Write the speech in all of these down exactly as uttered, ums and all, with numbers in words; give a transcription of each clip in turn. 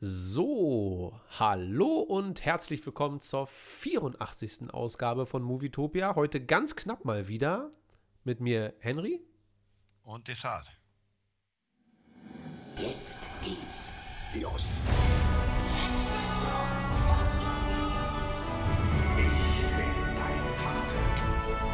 So, hallo und herzlich willkommen zur vierundachtzigsten Ausgabe von Movietopia. Heute ganz knapp mal wieder mit mir Henry. Und Desart. Jetzt geht's los. Ich bin dein Vater.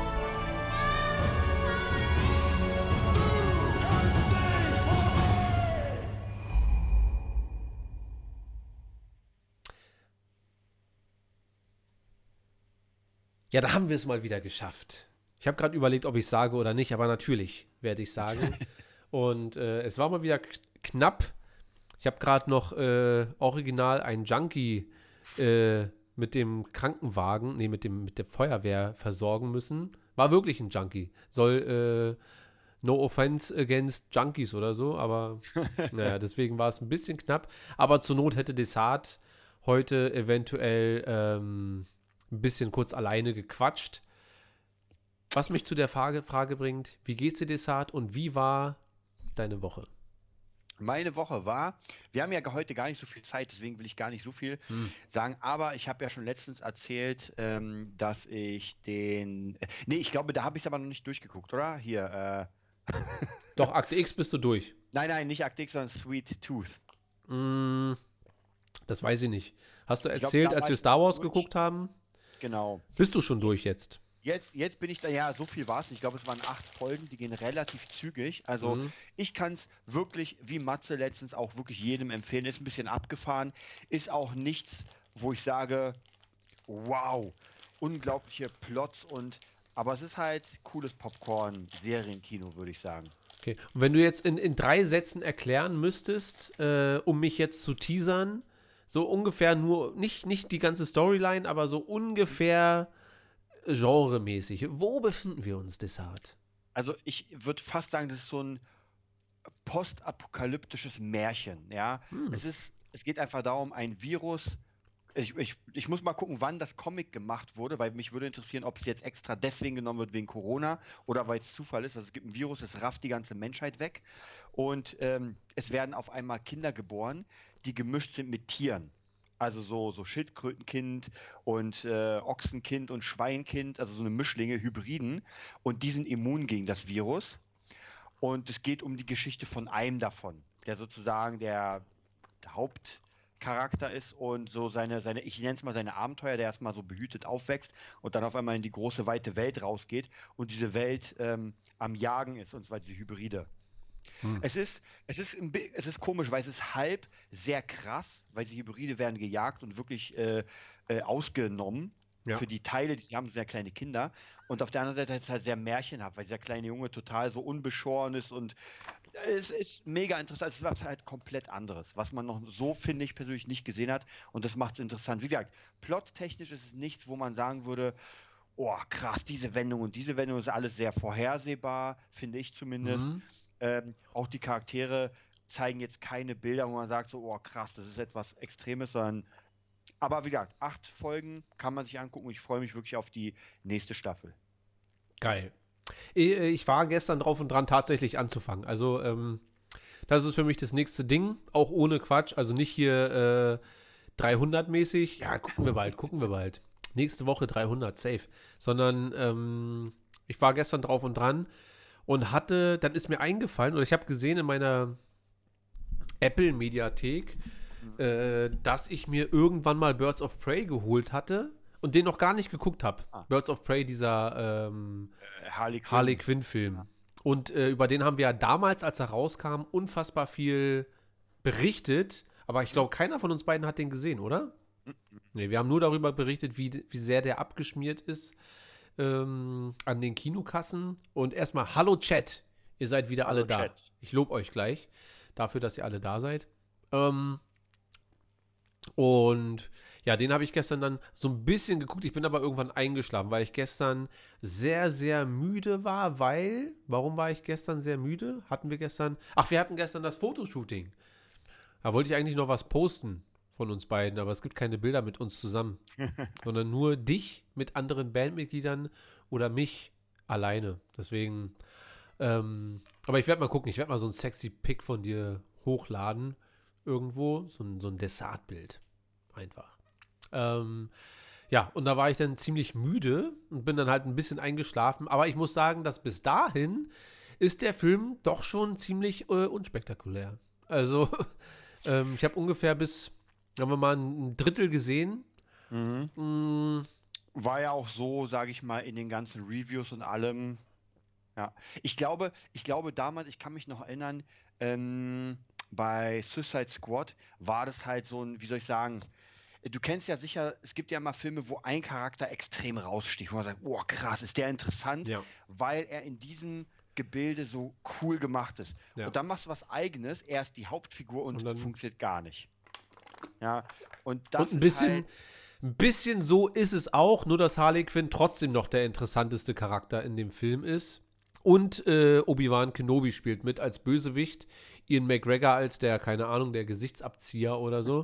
Ja, da haben wir es mal wieder geschafft. Ich habe gerade überlegt, ob ich sage oder nicht, aber natürlich werde ich sagen. Und äh, es war mal wieder k- knapp. Ich habe gerade noch äh, original einen Junkie äh, mit dem Krankenwagen, nee, mit dem mit der Feuerwehr versorgen müssen. War wirklich ein Junkie. Soll äh, no offense against Junkies oder so, aber naja, deswegen war es ein bisschen knapp. Aber zur Not hätte Desart heute eventuell ähm, ein bisschen kurz alleine gequatscht. Was mich zu der Frage, Frage bringt, wie geht's dir, Desart, und wie war deine Woche? Meine Woche war, wir haben ja heute gar nicht so viel Zeit, deswegen will ich gar nicht so viel Hm. sagen, aber ich habe ja schon letztens erzählt, ähm, dass ich den, äh, nee, ich glaube, da habe ich es aber noch nicht durchgeguckt, oder? Hier, äh, Doch, Akte X bist du durch. nein, nein, nicht Arctic, sondern Sweet Tooth. Mm, das weiß ich nicht. Hast du Ich glaub, erzählt, da als war wir ich Star Wars durch. geguckt haben? Genau. Bist du schon durch jetzt? Jetzt, jetzt bin ich da, ja, so viel war es. Ich glaube, es waren acht Folgen, die gehen relativ zügig. Also Mhm. ich kann es wirklich, wie Matze letztens, auch wirklich jedem empfehlen. Ist ein bisschen abgefahren, ist auch nichts, wo ich sage, wow, unglaubliche Plots und, aber es ist halt cooles Popcorn-Serienkino, würde ich sagen. Okay. Und wenn du jetzt in, in drei Sätzen erklären müsstest, äh, um mich jetzt zu teasern, so ungefähr nur, nicht, nicht die ganze Storyline, aber so ungefähr genremäßig. Wo befinden wir uns, Desart? Also ich würde fast sagen, das ist so ein postapokalyptisches Märchen, ja. Hm. Es ist, es geht einfach darum, ein Virus. Ich, ich, ich muss mal gucken, wann das Comic gemacht wurde, weil mich würde interessieren, ob es jetzt extra deswegen genommen wird wegen Corona oder weil es Zufall ist. Also es gibt ein Virus, es rafft die ganze Menschheit weg und ähm, es werden auf einmal Kinder geboren, die gemischt sind mit Tieren. Also so, so Schildkrötenkind und äh, Ochsenkind und Schweinkind, also so eine Mischlinge, Hybriden. Und die sind immun gegen das Virus. Und es geht um die Geschichte von einem davon, der sozusagen der Hauptcharakter ist und so seine, seine, ich nenne es mal seine Abenteuer, der erstmal so behütet aufwächst und dann auf einmal in die große, weite Welt rausgeht und diese Welt ähm, am Jagen ist, und zwar diese Hybride. Hm. Es ist, es ist, ein, bi- es ist komisch, weil es ist halb sehr krass, weil die Hybride werden gejagt und wirklich äh, äh, ausgenommen Ja. für die Teile, die sie haben, sehr kleine Kinder. Und auf der anderen Seite ist es halt sehr märchenhaft, weil dieser kleine Junge total so unbeschoren ist und es ist mega interessant. Es ist was halt komplett anderes, was man noch so, finde ich, persönlich nicht gesehen hat. Und das macht es interessant. Wie gesagt, plottechnisch ist es nichts, wo man sagen würde, oh krass, diese Wendung und diese Wendung ist alles sehr vorhersehbar, finde ich zumindest. Mhm. Ähm, auch die Charaktere zeigen jetzt keine Bilder, wo man sagt so, oh krass, das ist etwas Extremes, sondern, aber wie gesagt, acht Folgen kann man sich angucken. Ich freue mich wirklich auf die nächste Staffel. Geil. Ich, ich war gestern drauf und dran, tatsächlich anzufangen. Also, ähm, das ist für mich das nächste Ding, auch ohne Quatsch. Also nicht hier äh, dreihundert-mäßig. Ja, gucken wir bald, gucken wir bald. Nächste Woche dreihundert, safe. Sondern ähm, ich war gestern drauf und dran und hatte, dann ist mir eingefallen, oder ich habe gesehen in meiner Apple-Mediathek, äh, dass ich mir irgendwann mal Birds of Prey geholt hatte und den noch gar nicht geguckt habe. Ah. Birds of Prey, dieser ähm, Äh, Harley Quinn. Harley Quinn-Film. Ja. Und äh, über den haben wir ja damals, als er rauskam, unfassbar viel berichtet. Aber ich glaube, keiner von uns beiden hat den gesehen, oder? Nee, wir haben nur darüber berichtet, wie, wie sehr der abgeschmiert ist ähm, an den Kinokassen. Und erstmal, hallo Chat, ihr seid wieder Hallo alle da. Chat. Ich lobe euch gleich dafür, dass ihr alle da seid. Ähm, und ja, den habe ich gestern dann so ein bisschen geguckt. Ich bin aber irgendwann eingeschlafen, weil ich gestern sehr, sehr müde war, weil, warum war ich gestern sehr müde? Hatten wir gestern, ach, wir hatten gestern das Fotoshooting. Da wollte ich eigentlich noch was posten von uns beiden, aber es gibt keine Bilder mit uns zusammen, sondern nur dich mit anderen Bandmitgliedern oder mich alleine. Deswegen, ähm, aber ich werde mal gucken, ich werde mal so ein sexy Pic von dir hochladen. irgendwo, so ein, so ein Dessertbild. Einfach. Ähm, ja, und da war ich dann ziemlich müde und bin dann halt ein bisschen eingeschlafen. Aber ich muss sagen, dass bis dahin ist der Film doch schon ziemlich äh, unspektakulär. Also, ähm, ich habe ungefähr bis, sagen wir mal, ein Drittel gesehen. Mhm. Mm, War ja auch so, sage ich mal, in den ganzen Reviews und allem. Ja, ich glaube, ich glaube damals, ich kann mich noch erinnern, ähm, bei Suicide Squad war das halt so ein, wie soll ich sagen, du kennst ja sicher, es gibt ja mal Filme, wo ein Charakter extrem raussticht, wo man sagt, boah, krass, ist der interessant, ja, weil er in diesem Gebilde so cool gemacht ist. ja. Und dann machst du was Eigenes, er ist die Hauptfigur und, Und dann- funktioniert gar nicht. Ja, und das Und ein ist bisschen, halt, ein bisschen so ist es auch, nur dass Harley Quinn trotzdem noch der interessanteste Charakter in dem Film ist. Und äh, Obi-Wan Kenobi spielt mit als Bösewicht. Ian McGregor als der, keine Ahnung, der Gesichtsabzieher oder so.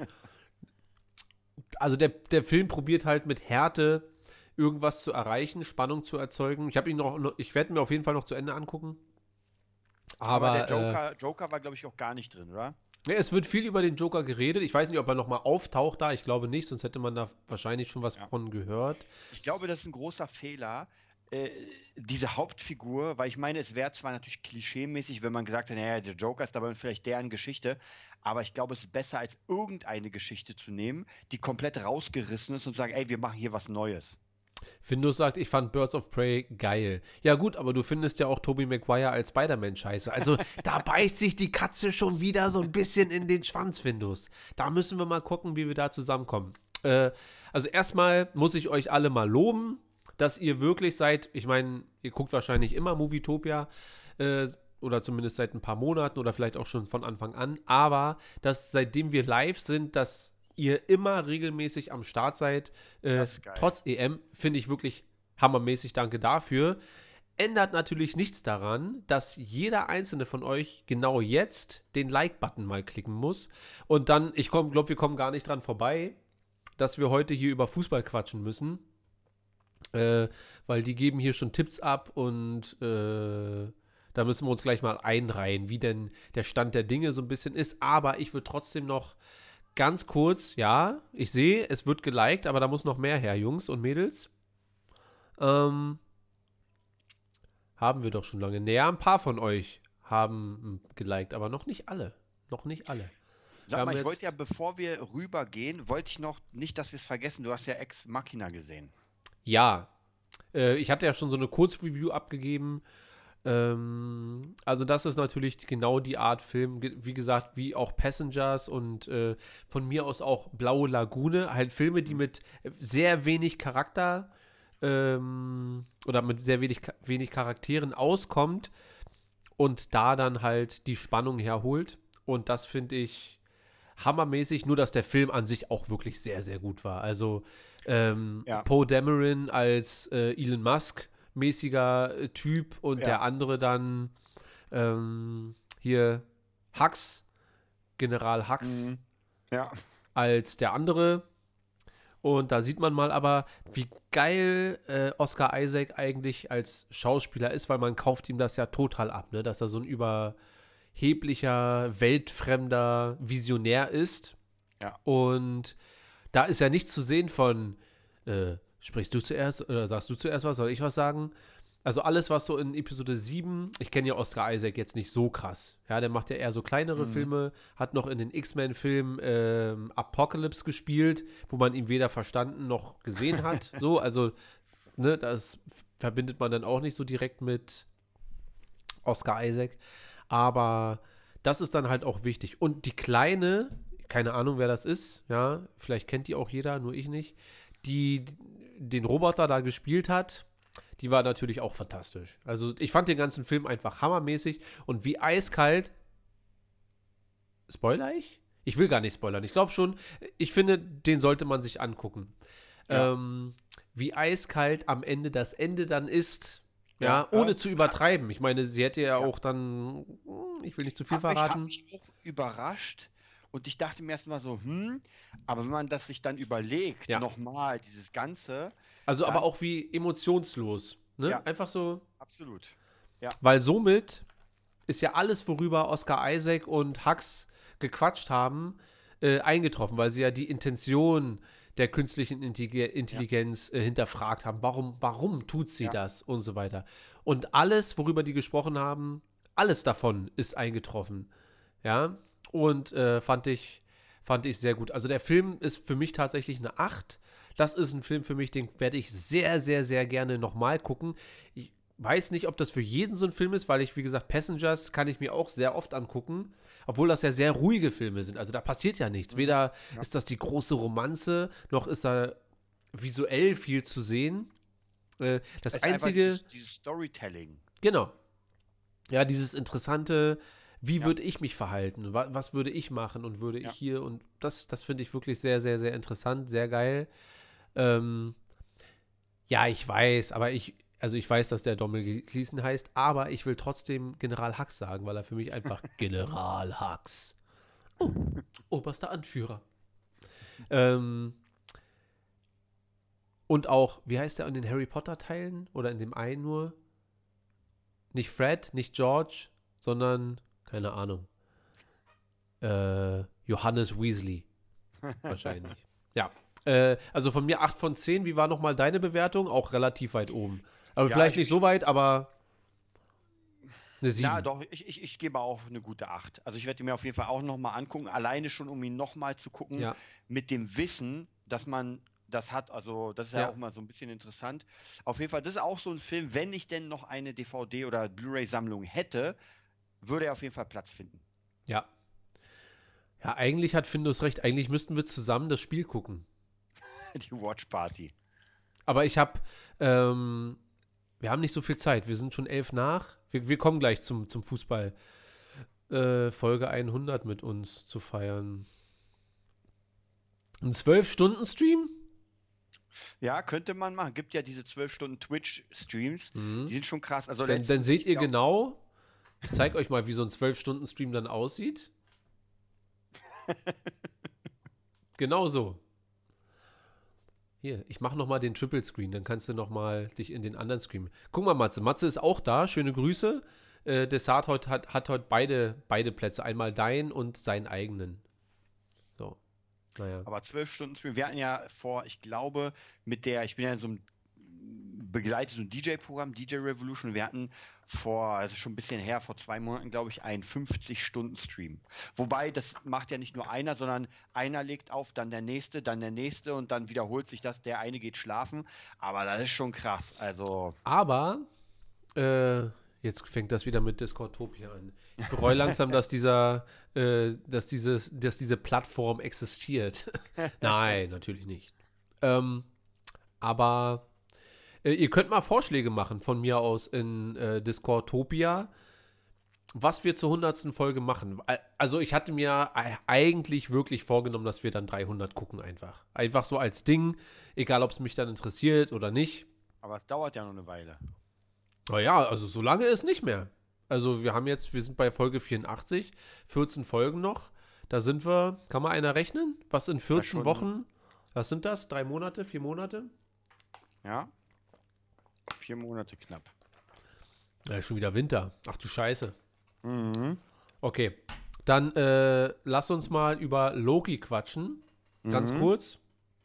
Also der, der Film probiert halt mit Härte irgendwas zu erreichen, Spannung zu erzeugen. Ich habe ihn noch, noch ich werde mir auf jeden Fall noch zu Ende angucken. aber, Aber, der Joker, Joker war, glaube ich, auch gar nicht drin, oder? äh, ja, es wird viel über den Joker geredet. Ich weiß nicht, ob er nochmal auftaucht da. Ich glaube nicht, sonst hätte man da wahrscheinlich schon was Ja. von gehört. Ich glaube, das ist ein großer Fehler, äh, diese Hauptfigur, weil ich meine, es wäre zwar natürlich klischeemäßig, wenn man gesagt hätte, naja, der Joker ist aber vielleicht deren Geschichte, aber ich glaube, es ist besser, als irgendeine Geschichte zu nehmen, die komplett rausgerissen ist und sagen, ey, wir machen hier was Neues. Findus sagt, ich fand Birds of Prey geil. Ja gut, aber du findest ja auch Tobey Maguire als Spider-Man scheiße. Also da beißt sich die Katze schon wieder so ein bisschen in den Schwanz, Findus. Da müssen wir mal gucken, wie wir da zusammenkommen. Äh, also erstmal muss ich euch alle mal loben, dass ihr wirklich seid, ich meine, ihr guckt wahrscheinlich immer Movietopia, äh, oder zumindest seit ein paar Monaten oder vielleicht auch schon von Anfang an, aber dass seitdem wir live sind, dass ihr immer regelmäßig am Start seid, äh, Das ist geil. trotz E M, finde ich wirklich hammermäßig, danke dafür. Ändert natürlich nichts daran, dass jeder einzelne von euch genau jetzt den Like-Button mal klicken muss. Und dann, ich glaube, wir kommen gar nicht dran vorbei, dass wir heute hier über Fußball quatschen müssen. Äh, weil die geben hier schon Tipps ab und äh, da müssen wir uns gleich mal einreihen, wie denn der Stand der Dinge so ein bisschen ist. Aber ich würde trotzdem noch ganz kurz, ja, ich sehe, es wird geliked, aber da muss noch mehr her, Jungs und Mädels. Ähm, haben wir doch schon lange. Naja, ein paar von euch haben hm, geliked, aber noch nicht alle. Noch nicht alle. Wir Sag haben mal, ich jetzt- wollte ja, bevor wir rübergehen, wollte ich noch, nicht, dass wir es vergessen, du hast ja Ex Machina gesehen. Ja, äh, ich hatte ja schon so eine Kurzreview abgegeben. Ähm, also das ist natürlich genau die Art Film, ge- wie gesagt, wie auch Passengers und äh, von mir aus auch Blaue Lagune. Halt Filme, die mit sehr wenig Charakter ähm, oder mit sehr wenig, Cha- wenig Charakteren auskommt und da dann halt die Spannung herholt. Und das finde ich hammermäßig, nur dass der Film an sich auch wirklich sehr, sehr gut war. Also ähm, Ja. Poe Dameron als äh, Elon Musk mäßiger äh, Typ und Ja. der andere dann ähm, hier Hux, General Hux Mhm. Ja. als der andere. Und da sieht man mal aber, wie geil äh, Oscar Isaac eigentlich als Schauspieler ist, weil man kauft ihm das ja total ab, ne? Dass er so ein überheblicher, weltfremder Visionär ist. Ja. Und da ist ja nichts zu sehen von, äh, sprichst du zuerst oder sagst du zuerst was, soll ich was sagen? Also alles, was so in Episode sieben, ich kenne ja Oscar Isaac jetzt nicht so krass. Ja, der macht ja eher so kleinere Mhm. Filme, hat noch in den X-Men-Filmen ähm, Apocalypse gespielt, wo man ihn weder verstanden noch gesehen hat. So, also, ne, das verbindet man dann auch nicht so direkt mit Oscar Isaac. Aber das ist dann halt auch wichtig. Und die Kleine, keine Ahnung, wer das ist, ja, vielleicht kennt die auch jeder, nur ich nicht, die den Roboter da gespielt hat, die war natürlich auch fantastisch. Also ich fand den ganzen Film einfach hammermäßig und wie eiskalt. Spoiler ich? Ich will gar nicht spoilern. Ich glaube schon, ich finde, den sollte man sich angucken. Ja. Ähm, wie eiskalt am Ende das Ende dann ist. Ja, Ja, ohne ja. zu übertreiben. Ich meine, sie hätte ja, Ja. auch dann, hm, ich will nicht zu viel Hab mich, hab verraten. mich auch überrascht und ich dachte mir erstmal so, hm, aber wenn man das sich dann überlegt, Ja. nochmal, dieses Ganze, Also dann- aber auch wie emotionslos. Ne? Ja. Einfach so. absolut. Weil somit ist ja alles, worüber Oscar Isaac und Hux gequatscht haben, äh, eingetroffen, weil sie ja die Intention der künstlichen Intelli- Intelligenz äh, hinterfragt haben. Warum, warum tut sie Ja. das und so weiter. Und alles, worüber die gesprochen haben, alles davon ist eingetroffen. Ja, und äh, fand ich, fand ich sehr gut. Also der Film ist für mich tatsächlich eine acht. Das ist ein Film für mich, den werde ich sehr, sehr, sehr gerne nochmal gucken. Ich weiß nicht, ob das für jeden so ein Film ist, weil ich, wie gesagt, Passengers kann ich mir auch sehr oft angucken, obwohl das ja sehr ruhige Filme sind. Also da passiert ja nichts. Weder Ja. ist das die große Romanze, noch ist da visuell viel zu sehen. Äh, das Es ist einfach einzige, Dieses, dieses Storytelling. genau. Ja, dieses interessante, wie Ja. würde ich mich verhalten? Was, was würde ich machen und würde Ja. ich hier? Und das, das finde ich wirklich sehr, sehr, sehr interessant, sehr geil. Ähm, ja, ich weiß, aber ich, also ich weiß, dass der Domhnall Gleeson heißt, aber ich will trotzdem General Hux sagen, weil er für mich einfach General Hux. Oh, oberster Anführer. Ähm, und auch, wie heißt der in den Harry Potter Teilen? Oder in dem einen nur? Nicht Fred, nicht George, sondern, keine Ahnung, äh, Johannes Weasley. Wahrscheinlich. Ja. Äh, also von mir acht von zehn. Wie war nochmal deine Bewertung? Auch relativ weit oben. Also Ja, vielleicht ich- nicht so weit, aber eine sieben. Ja, doch, ich, ich, ich gebe auch eine gute acht. Also ich werde ihn mir auf jeden Fall auch nochmal angucken, alleine schon, um ihn nochmal zu gucken, Ja. mit dem Wissen, dass man das hat. Also das ist ja, Ja. auch mal so ein bisschen interessant. Auf jeden Fall, das ist auch so ein Film, wenn ich denn noch eine D V D- oder Blu-ray-Sammlung hätte, würde er auf jeden Fall Platz finden. Ja. Ja, eigentlich hat Findus recht. Eigentlich müssten wir zusammen das Spiel gucken. Die Watch Party. Aber ich habe, ähm, wir haben nicht so viel Zeit. Wir sind schon elf nach. Wir, wir kommen gleich zum, zum Fußball. Äh, Folge hundert mit uns zu feiern. Ein zwölf-Stunden-Stream? Ja, könnte man machen. Gibt ja diese zwölf Stunden Twitch-Streams. Mhm. Die sind schon krass. Also Dann, dann letztens, seht ich ihr glaub- genau, ich zeige euch mal, wie so ein zwölf-Stunden-Stream dann aussieht. Genau so. Hier, ich mache nochmal den Triple Screen, dann kannst du nochmal dich in den anderen Screen. Guck mal, Matze. Matze ist auch da. Schöne Grüße. Äh, Desart heute hat, hat heute beide, beide Plätze. Einmal deinen und seinen eigenen. So. Naja. Aber zwölf Stunden Stream. Wir hatten ja vor, ich glaube, mit der, ich bin ja in so einem begleitet so ein D J-Programm, D J Revolution. Und wir hatten vor, also schon ein bisschen her, vor zwei Monaten, glaube ich, einen fünfzig-Stunden-Stream. Wobei, das macht ja nicht nur einer, sondern einer legt auf, dann der nächste, dann der nächste und dann wiederholt sich das, der eine geht schlafen. Aber das ist schon krass. Also, Aber, äh, jetzt fängt das wieder mit Discordtopia an. Ich bereue langsam, dass dieser, äh, dass dieses, dass diese Plattform existiert. Nein, natürlich nicht. Ähm, aber äh, ihr könnt mal Vorschläge machen von mir aus in äh, Discordtopia, was wir zur hundertsten Folge machen. Al- Also ich hatte mir e- eigentlich wirklich vorgenommen, dass wir dann dreihundert gucken einfach. Einfach so als Ding, egal ob es mich dann interessiert oder nicht. aber es dauert ja noch eine Weile. Naja, also so lange ist nicht mehr. Also wir haben jetzt, wir sind bei Folge vierundachtzig, vierzehn Folgen noch. Da sind wir, kann mal einer rechnen? Was in vierzehn schon. Wochen, was sind das? Drei Monate, vier Monate? Ja? Vier Monate knapp. Ja, ist schon wieder Winter. Ach du Scheiße. Mhm. Okay, dann äh, lass uns mal über Loki quatschen. Ganz Mhm. kurz.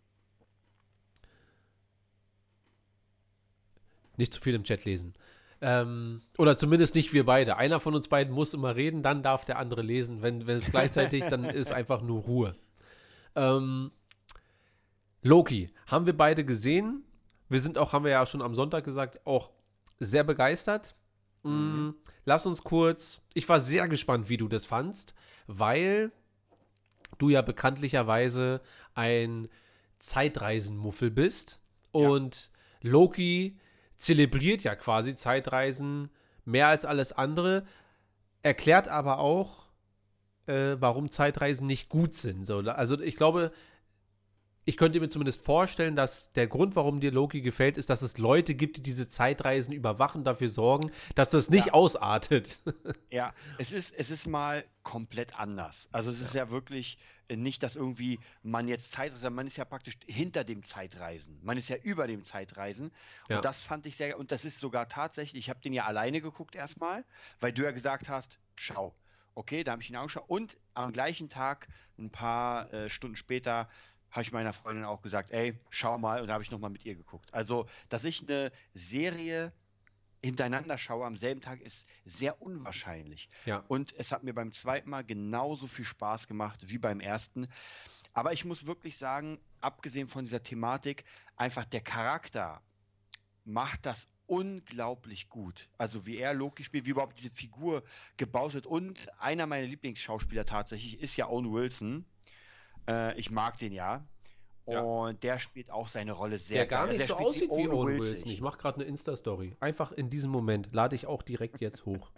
Nicht zu viel im Chat lesen. Ähm, oder zumindest nicht wir beide. Einer von uns beiden muss immer reden, dann darf der andere lesen. Wenn, wenn es gleichzeitig, dann ist einfach nur Ruhe. Ähm, Loki, haben wir beide gesehen. Wir sind auch, haben wir ja schon am Sonntag gesagt, auch sehr begeistert. Mm, lass uns kurz, ich war sehr gespannt, wie du das fandst, weil du ja bekanntlicherweise ein Zeitreisenmuffel bist und Loki zelebriert ja quasi Zeitreisen mehr als alles andere, erklärt aber auch, äh, warum Zeitreisen nicht gut sind. So, also ich glaube, ich könnte mir zumindest vorstellen, dass der Grund, warum dir Loki gefällt, ist, dass es Leute gibt, die diese Zeitreisen überwachen, dafür sorgen, dass das nicht Ja. ausartet. Ja, es ist, es ist mal komplett anders. Also es ist ja wirklich äh, nicht, dass irgendwie man jetzt Zeitreisen, man ist ja praktisch hinter dem Zeitreisen. Man ist ja über dem Zeitreisen. Ja. Und das fand ich sehr, und das ist sogar tatsächlich, ich habe den ja alleine geguckt erstmal, weil du ja gesagt hast, schau. Okay, da habe ich ihn angeschaut. Und am gleichen Tag, ein paar äh, Stunden später, habe ich meiner Freundin auch gesagt, ey, schau mal. Und da habe ich nochmal mit ihr geguckt. Also, dass ich eine Serie hintereinander schaue am selben Tag, ist sehr unwahrscheinlich. Ja. Und es hat mir beim zweiten Mal genauso viel Spaß gemacht wie beim ersten. Aber ich muss wirklich sagen, abgesehen von dieser Thematik, einfach der Charakter macht das unglaublich gut. Also wie er Loki spielt, wie überhaupt diese Figur gebaut wird. Und einer meiner Lieblingsschauspieler tatsächlich ist ja Owen Wilson. Äh, ich mag den ja. Ja. Und der spielt auch seine Rolle sehr Der gar geil. nicht Also so der spielt aussieht wie Owen Wilson. Wilson. Ich mache gerade eine Insta-Story. Einfach in diesem Moment. Lade ich auch direkt jetzt hoch.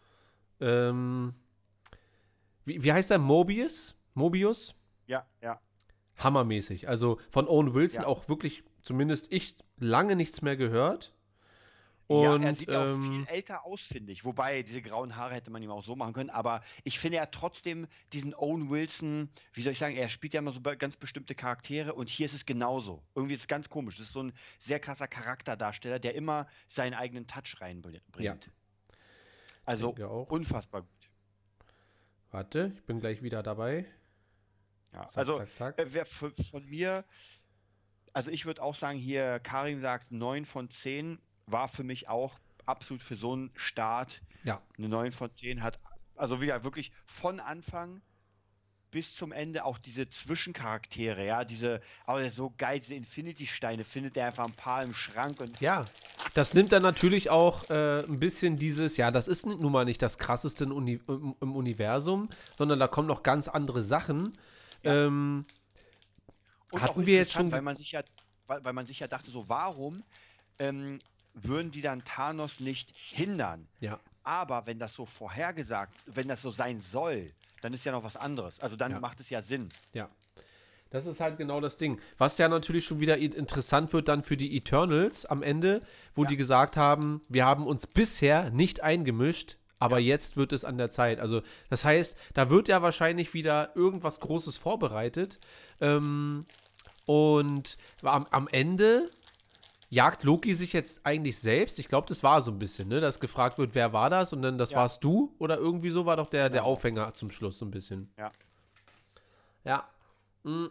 ähm, wie, wie heißt der? Mobius? Mobius? Ja, ja. Hammermäßig. Also von Owen Wilson Ja. auch wirklich, zumindest ich, lange nichts mehr gehört. Ja, Und er sieht ja auch ähm, viel älter aus, finde ich. Wobei, diese grauen Haare hätte man ihm auch so machen können. Aber ich finde ja trotzdem diesen Owen Wilson, wie soll ich sagen, er spielt ja immer so be- ganz bestimmte Charaktere und hier ist es genauso. Irgendwie ist es ganz komisch. Das ist so ein sehr krasser Charakterdarsteller, der immer seinen eigenen Touch reinbringt. Ja. Also denke auch. unfassbar gut. Warte, ich bin gleich wieder dabei. Ja. Zack, Also zack, zack. äh, wer f- von mir, also ich würde auch sagen, hier, Karin sagt neun von zehn, war für mich auch absolut für so einen Start Ja. eine neun von zehn hat, also wieder wirklich von Anfang bis zum Ende auch diese Zwischencharaktere, ja, diese, aber so geil, diese Infinity-Steine findet er einfach ein paar im Schrank und Ja, das nimmt dann natürlich auch äh, ein bisschen dieses, ja, das ist nun mal nicht das krasseste im, Uni im, im Universum, sondern da kommen noch ganz andere Sachen. Ja. Ähm, Und Hatten auch wir jetzt interessant, schon- weil man sich ja, weil, weil man sich ja dachte, so, warum ähm, würden die dann Thanos nicht hindern? ja, Aber wenn das so vorhergesagt, wenn das so sein soll, dann ist ja noch was anderes. Also dann Ja. macht es ja Sinn. ja. Das ist halt genau das Ding. Was ja natürlich schon wieder i- interessant wird dann für die Eternals am Ende, wo Ja. die gesagt haben, wir haben uns bisher nicht eingemischt, aber jetzt wird es an der Zeit. Also das heißt, da wird ja wahrscheinlich wieder irgendwas Großes vorbereitet. Ähm, und am, am Ende jagt Loki sich jetzt eigentlich selbst. Ich glaube, das war so ein bisschen, ne? Dass gefragt wird, wer war das? Und dann, das Ja. warst du? Oder irgendwie so war doch der, der Genau. Aufhänger zum Schluss so ein bisschen. Ja. Ja. Mm.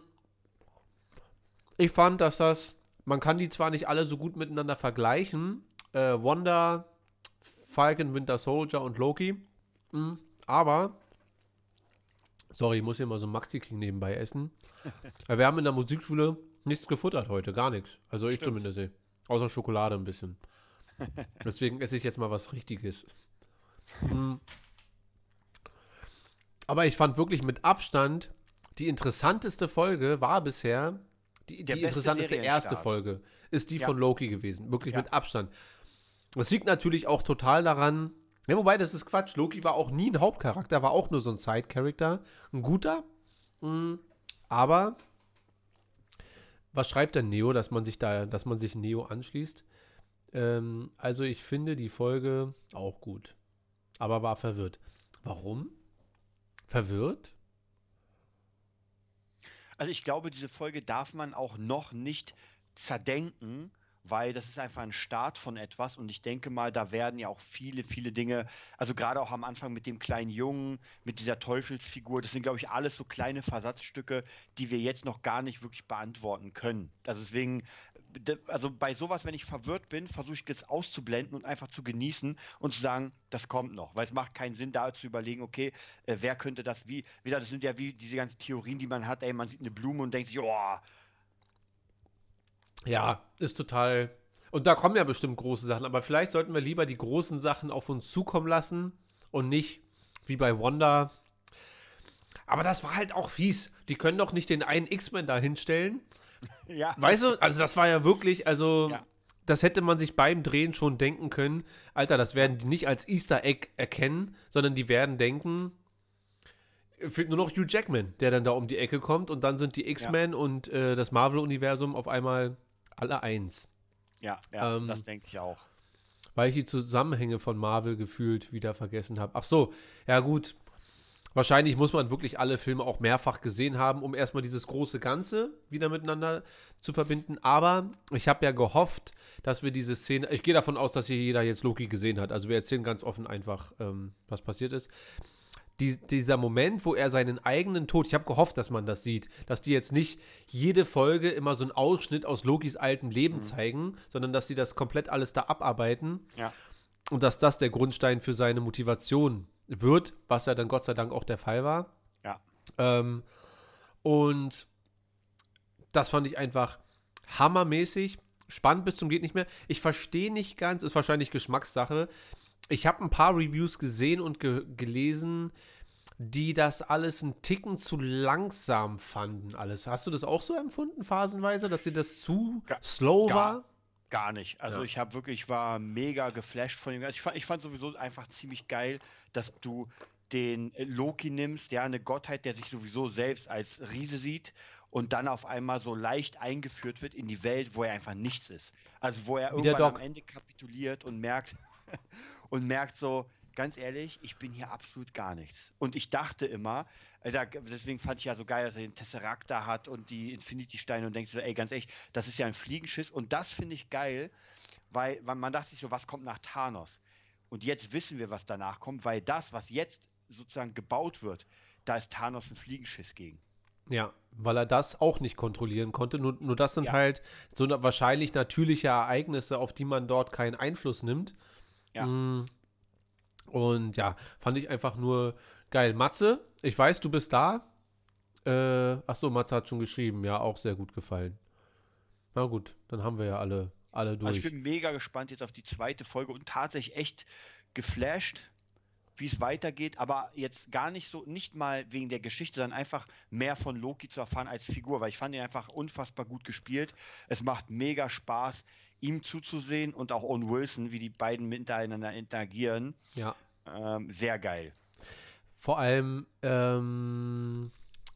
Ich fand, dass das, man kann die zwar nicht alle so gut miteinander vergleichen, äh, Wanda, Falcon, Winter Soldier und Loki, mm, aber, sorry, ich muss hier mal so ein Maxi King nebenbei essen. Äh, Wir haben in der Musikschule nichts gefuttert heute, gar nichts. Also ich Stimmt. zumindest nicht. Außer Schokolade ein bisschen. Deswegen esse ich jetzt mal was Richtiges. Mm. Aber ich fand wirklich mit Abstand, die interessanteste Folge war bisher, die, Der die beste interessanteste erste Serienstart. Folge, ist die Ja. von Loki gewesen. Wirklich Ja. mit Abstand. Das liegt natürlich auch total daran, ja, wobei, das ist Quatsch. Loki war auch nie ein Hauptcharakter, war auch nur so ein Side-Character. Ein guter. mm, Aber, was schreibt denn Neo, dass man sich da, dass man sich Neo anschließt? Ähm, also ich finde die Folge auch gut. Aber war verwirrt. Warum? Verwirrt? Also ich glaube, diese Folge darf man auch noch nicht zerdenken, weil das ist einfach ein Start von etwas und ich denke mal, da werden ja auch viele, viele Dinge, also gerade auch am Anfang mit dem kleinen Jungen, mit dieser Teufelsfigur, das sind, glaube ich, alles so kleine Versatzstücke, die wir jetzt noch gar nicht wirklich beantworten können. Also deswegen, d- also bei sowas, wenn ich verwirrt bin, versuche ich das auszublenden und einfach zu genießen und zu sagen, das kommt noch, weil es macht keinen Sinn, da zu überlegen, okay, äh, wer könnte das wie, wieder, das sind ja wie diese ganzen Theorien, die man hat, ey, man sieht eine Blume und denkt sich, oh, Ja, ist total. Und da kommen ja bestimmt große Sachen, aber vielleicht sollten wir lieber die großen Sachen auf uns zukommen lassen und nicht wie bei Wanda. Aber das war halt auch fies. Die können doch nicht den einen X-Men da hinstellen. ja. Weißt du, also das war ja wirklich, also Ja. das hätte man sich beim Drehen schon denken können. Alter, das werden die nicht als Easter Egg erkennen, sondern die werden denken, fehlt nur noch Hugh Jackman, der dann da um die Ecke kommt und dann sind die X-Men und äh, das Marvel-Universum auf einmal alle eins. Ja, ja, Ähm, das denke ich auch. Weil ich die Zusammenhänge von Marvel gefühlt wieder vergessen habe. Ach so, ja gut. Wahrscheinlich muss man wirklich alle Filme auch mehrfach gesehen haben, um erstmal dieses große Ganze wieder miteinander zu verbinden. Aber ich habe ja gehofft, dass wir diese Szene, ich gehe davon aus, dass hier jeder jetzt Loki gesehen hat. Also wir erzählen ganz offen einfach, ähm, was passiert ist. die, dieser Moment, wo er seinen eigenen Tod, ich habe gehofft, dass man das sieht, dass die jetzt nicht jede Folge immer so einen Ausschnitt aus Lokis altem Leben Mhm. zeigen, sondern dass sie das komplett alles da abarbeiten Ja. und dass das der Grundstein für seine Motivation wird, was ja dann Gott sei Dank auch der Fall war. Ja. Ähm, und das fand ich einfach hammermäßig, spannend bis zum geht nicht mehr. Ich verstehe nicht ganz, ist wahrscheinlich Geschmackssache. Ich habe ein paar Reviews gesehen und ge- gelesen, die das alles einen Ticken zu langsam fanden, alles. Hast du das auch so empfunden, phasenweise, dass dir das zu Ga- slow gar- war? Gar nicht. Also Ja. ich habe wirklich, war mega geflasht von dem. Also ich fand, ich fand sowieso einfach ziemlich geil, dass du den äh, Loki nimmst, ja, eine Gottheit, der sich sowieso selbst als Riese sieht und dann auf einmal so leicht eingeführt wird in die Welt, wo er einfach nichts ist. Also wo er Wie der irgendwann Doc. am Ende kapituliert und merkt und merkt so, ganz ehrlich, ich bin hier absolut gar nichts. Und ich dachte immer, äh, da, deswegen fand ich ja so geil, dass er den Tesseract da hat und die Infinity-Steine und denkst so, ey, ganz ehrlich, das ist ja ein Fliegenschiss. Und das finde ich geil, weil, weil man dachte sich so, was kommt nach Thanos? Und jetzt wissen wir, was danach kommt, weil das, was jetzt sozusagen gebaut wird, da ist Thanos ein Fliegenschiss gegen. Ja, weil er das auch nicht kontrollieren konnte. Nur, nur das sind Ja. halt so na- wahrscheinlich natürliche Ereignisse, auf die man dort keinen Einfluss nimmt. Ja. Mm. Und ja, fand ich einfach nur geil. Matze, ich weiß, du bist da. Äh, achso, Matze hat schon geschrieben. Ja, auch sehr gut gefallen. Na gut, dann haben wir ja alle, alle durch. Also ich bin mega gespannt jetzt auf die zweite Folge und tatsächlich echt geflasht, wie es weitergeht, aber jetzt gar nicht so, nicht mal wegen der Geschichte, sondern einfach mehr von Loki zu erfahren als Figur, weil ich fand ihn einfach unfassbar gut gespielt. Es macht mega Spaß, ihm zuzusehen und auch Owen Wilson, wie die beiden miteinander interagieren. Ja. Ähm, sehr geil. Vor allem ähm,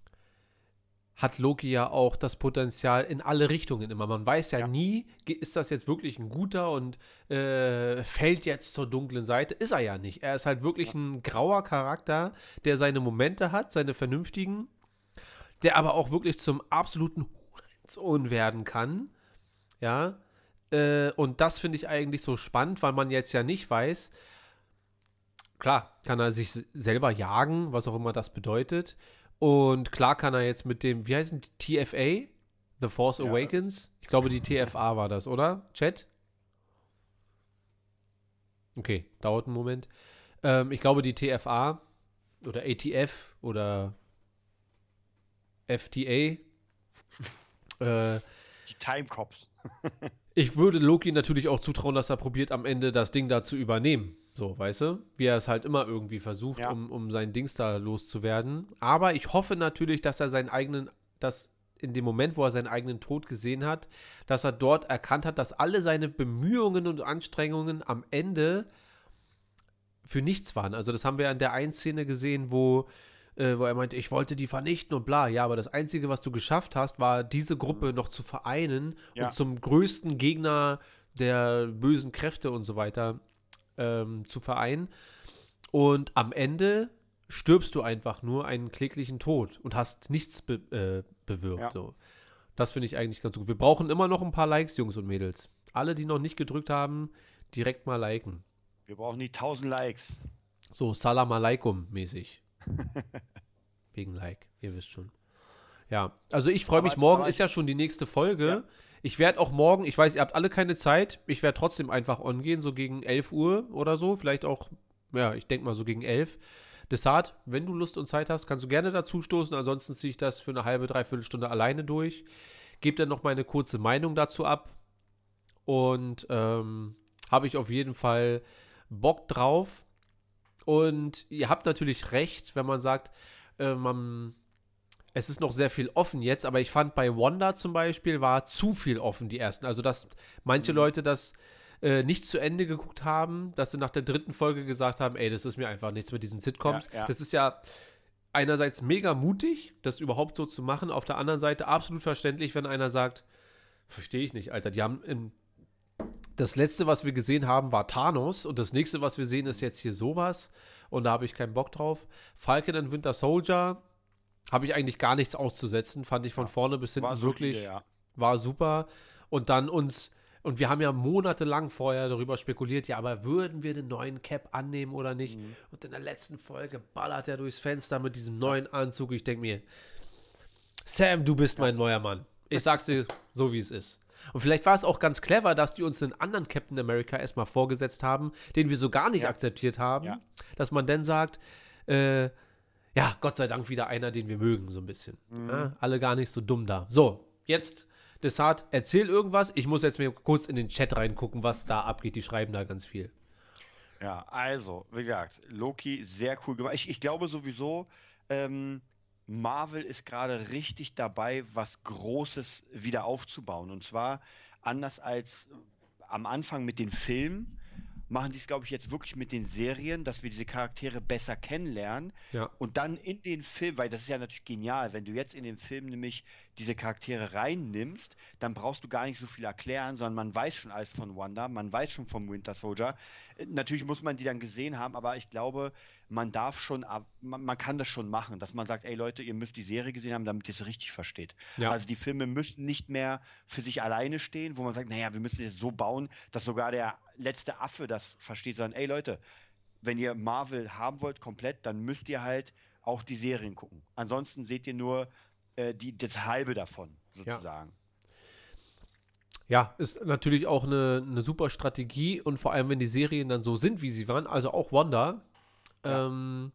hat Loki ja auch das Potenzial in alle Richtungen immer. Man weiß ja, Ja. nie, ge- ist das jetzt wirklich ein guter und äh, fällt jetzt zur dunklen Seite. Ist er ja nicht. Er ist halt wirklich Ja. ein grauer Charakter, der seine Momente hat, seine vernünftigen, der aber auch wirklich zum absoluten Hurensohn werden kann. Ja. Äh, und das finde ich eigentlich so spannend, weil man jetzt ja nicht weiß, klar, kann er sich s- selber jagen, was auch immer das bedeutet. Und klar kann er jetzt mit dem, wie heißen die, T F A? The Force Ja. Awakens? Ich glaube, die T F A war das, oder? Chat? Okay, dauert einen Moment. Ähm, ich glaube, die T F A oder A T F oder F T A. äh, Die Time Cops. Ich würde Loki natürlich auch zutrauen, dass er probiert, am Ende das Ding da zu übernehmen. So, weißt du? Wie er es halt immer irgendwie versucht, Ja. um, um sein Dings da loszuwerden. Aber ich hoffe natürlich, dass er seinen eigenen, dass in dem Moment, wo er seinen eigenen Tod gesehen hat, dass er dort erkannt hat, dass alle seine Bemühungen und Anstrengungen am Ende für nichts waren. Also das haben wir in der einen Szene gesehen, wo, äh, wo er meinte, ich wollte die vernichten und bla. Ja, aber das Einzige, was du geschafft hast, war diese Gruppe noch zu vereinen Ja. und zum größten Gegner der bösen Kräfte und so weiter ähm, zu vereinen. Und am Ende stirbst du einfach nur einen kläglichen Tod und hast nichts be äh, bewirkt. Ja. So. Das finde ich eigentlich ganz gut. Wir brauchen immer noch ein paar Likes, Jungs und Mädels. Alle, die noch nicht gedrückt haben, direkt mal liken. Wir brauchen die tausend Likes. So, Salam Alaikum mäßig. Wegen Like, ihr wisst schon. Ja, also ich freue Aber- mich, morgen aber ist ja schon die nächste Folge. Ja. Ich werde auch morgen, ich weiß, ihr habt alle keine Zeit, ich werde trotzdem einfach on gehen, so gegen elf Uhr oder so, vielleicht auch, ja, ich denke mal so gegen elf. Desart, wenn du Lust und Zeit hast, kannst du gerne dazu stoßen, ansonsten ziehe ich das für eine halbe, dreiviertel Stunde alleine durch. Gebe dann noch meine kurze Meinung dazu ab und ähm, habe ich auf jeden Fall Bock drauf. Und ihr habt natürlich recht, wenn man sagt, äh, man, es ist noch sehr viel offen jetzt, aber ich fand bei Wanda zum Beispiel war zu viel offen, die ersten. Also, dass manche Mhm. Leute das äh, nicht zu Ende geguckt haben, dass sie nach der dritten Folge gesagt haben, ey, das ist mir einfach nichts mit diesen Sitcoms. Ja, ja. Das ist ja einerseits mega mutig, das überhaupt so zu machen, auf der anderen Seite absolut verständlich, wenn einer sagt, verstehe ich nicht, Alter, die haben im das letzte, was wir gesehen haben, war Thanos und das nächste, was wir sehen, ist jetzt hier sowas und da habe ich keinen Bock drauf. Falcon and Winter Soldier habe ich eigentlich gar nichts auszusetzen, fand ich von Ja. vorne bis hinten War wirklich, solide, ja. war super und dann uns Und wir haben ja monatelang vorher darüber spekuliert, ja, aber würden wir den neuen Cap annehmen oder nicht? Mhm. Und in der letzten Folge ballert er durchs Fenster mit diesem neuen Anzug. Ich denke mir, Sam, du bist mein neuer Mann. Ich sag's dir so, wie es ist. Und vielleicht war es auch ganz clever, dass die uns einen anderen Captain America erstmal vorgesetzt haben, den wir so gar nicht Ja. akzeptiert haben. Ja. Dass man dann sagt, äh, ja, Gott sei Dank wieder einer, den wir mögen, so ein bisschen. Mhm. Ja, alle gar nicht so dumm da. So, jetzt, Desart, erzähl irgendwas. Ich muss jetzt mir kurz in den Chat reingucken, was da abgeht. Die schreiben da ganz viel. Ja, also, wie gesagt, Loki sehr cool gemacht. Ich, ich glaube sowieso, ähm, Marvel ist gerade richtig dabei, was Großes wieder aufzubauen. Und zwar anders als am Anfang mit den Filmen, machen die es, glaube ich, jetzt wirklich mit den Serien, dass wir diese Charaktere besser kennenlernen. Ja. Und dann in den Film, weil das ist ja natürlich genial, wenn du jetzt in den Film nämlich diese Charaktere reinnimmst, dann brauchst du gar nicht so viel erklären, sondern man weiß schon alles von Wanda, man weiß schon vom Winter Soldier. Äh, Natürlich muss man die dann gesehen haben, aber ich glaube, man darf schon, ab- man, man kann das schon machen, dass man sagt, ey Leute, ihr müsst die Serie gesehen haben, damit ihr es richtig versteht. Ja. Also die Filme müssen nicht mehr für sich alleine stehen, wo man sagt, naja, wir müssen es so bauen, dass sogar der letzte Affe das versteht, sondern ey Leute, wenn ihr Marvel haben wollt komplett, dann müsst ihr halt auch die Serien gucken. Ansonsten seht ihr nur äh, die, das halbe davon, sozusagen. Ja, ist natürlich auch eine, eine super Strategie und vor allem, wenn die Serien dann so sind, wie sie waren, also auch Wanda, Ja. ähm,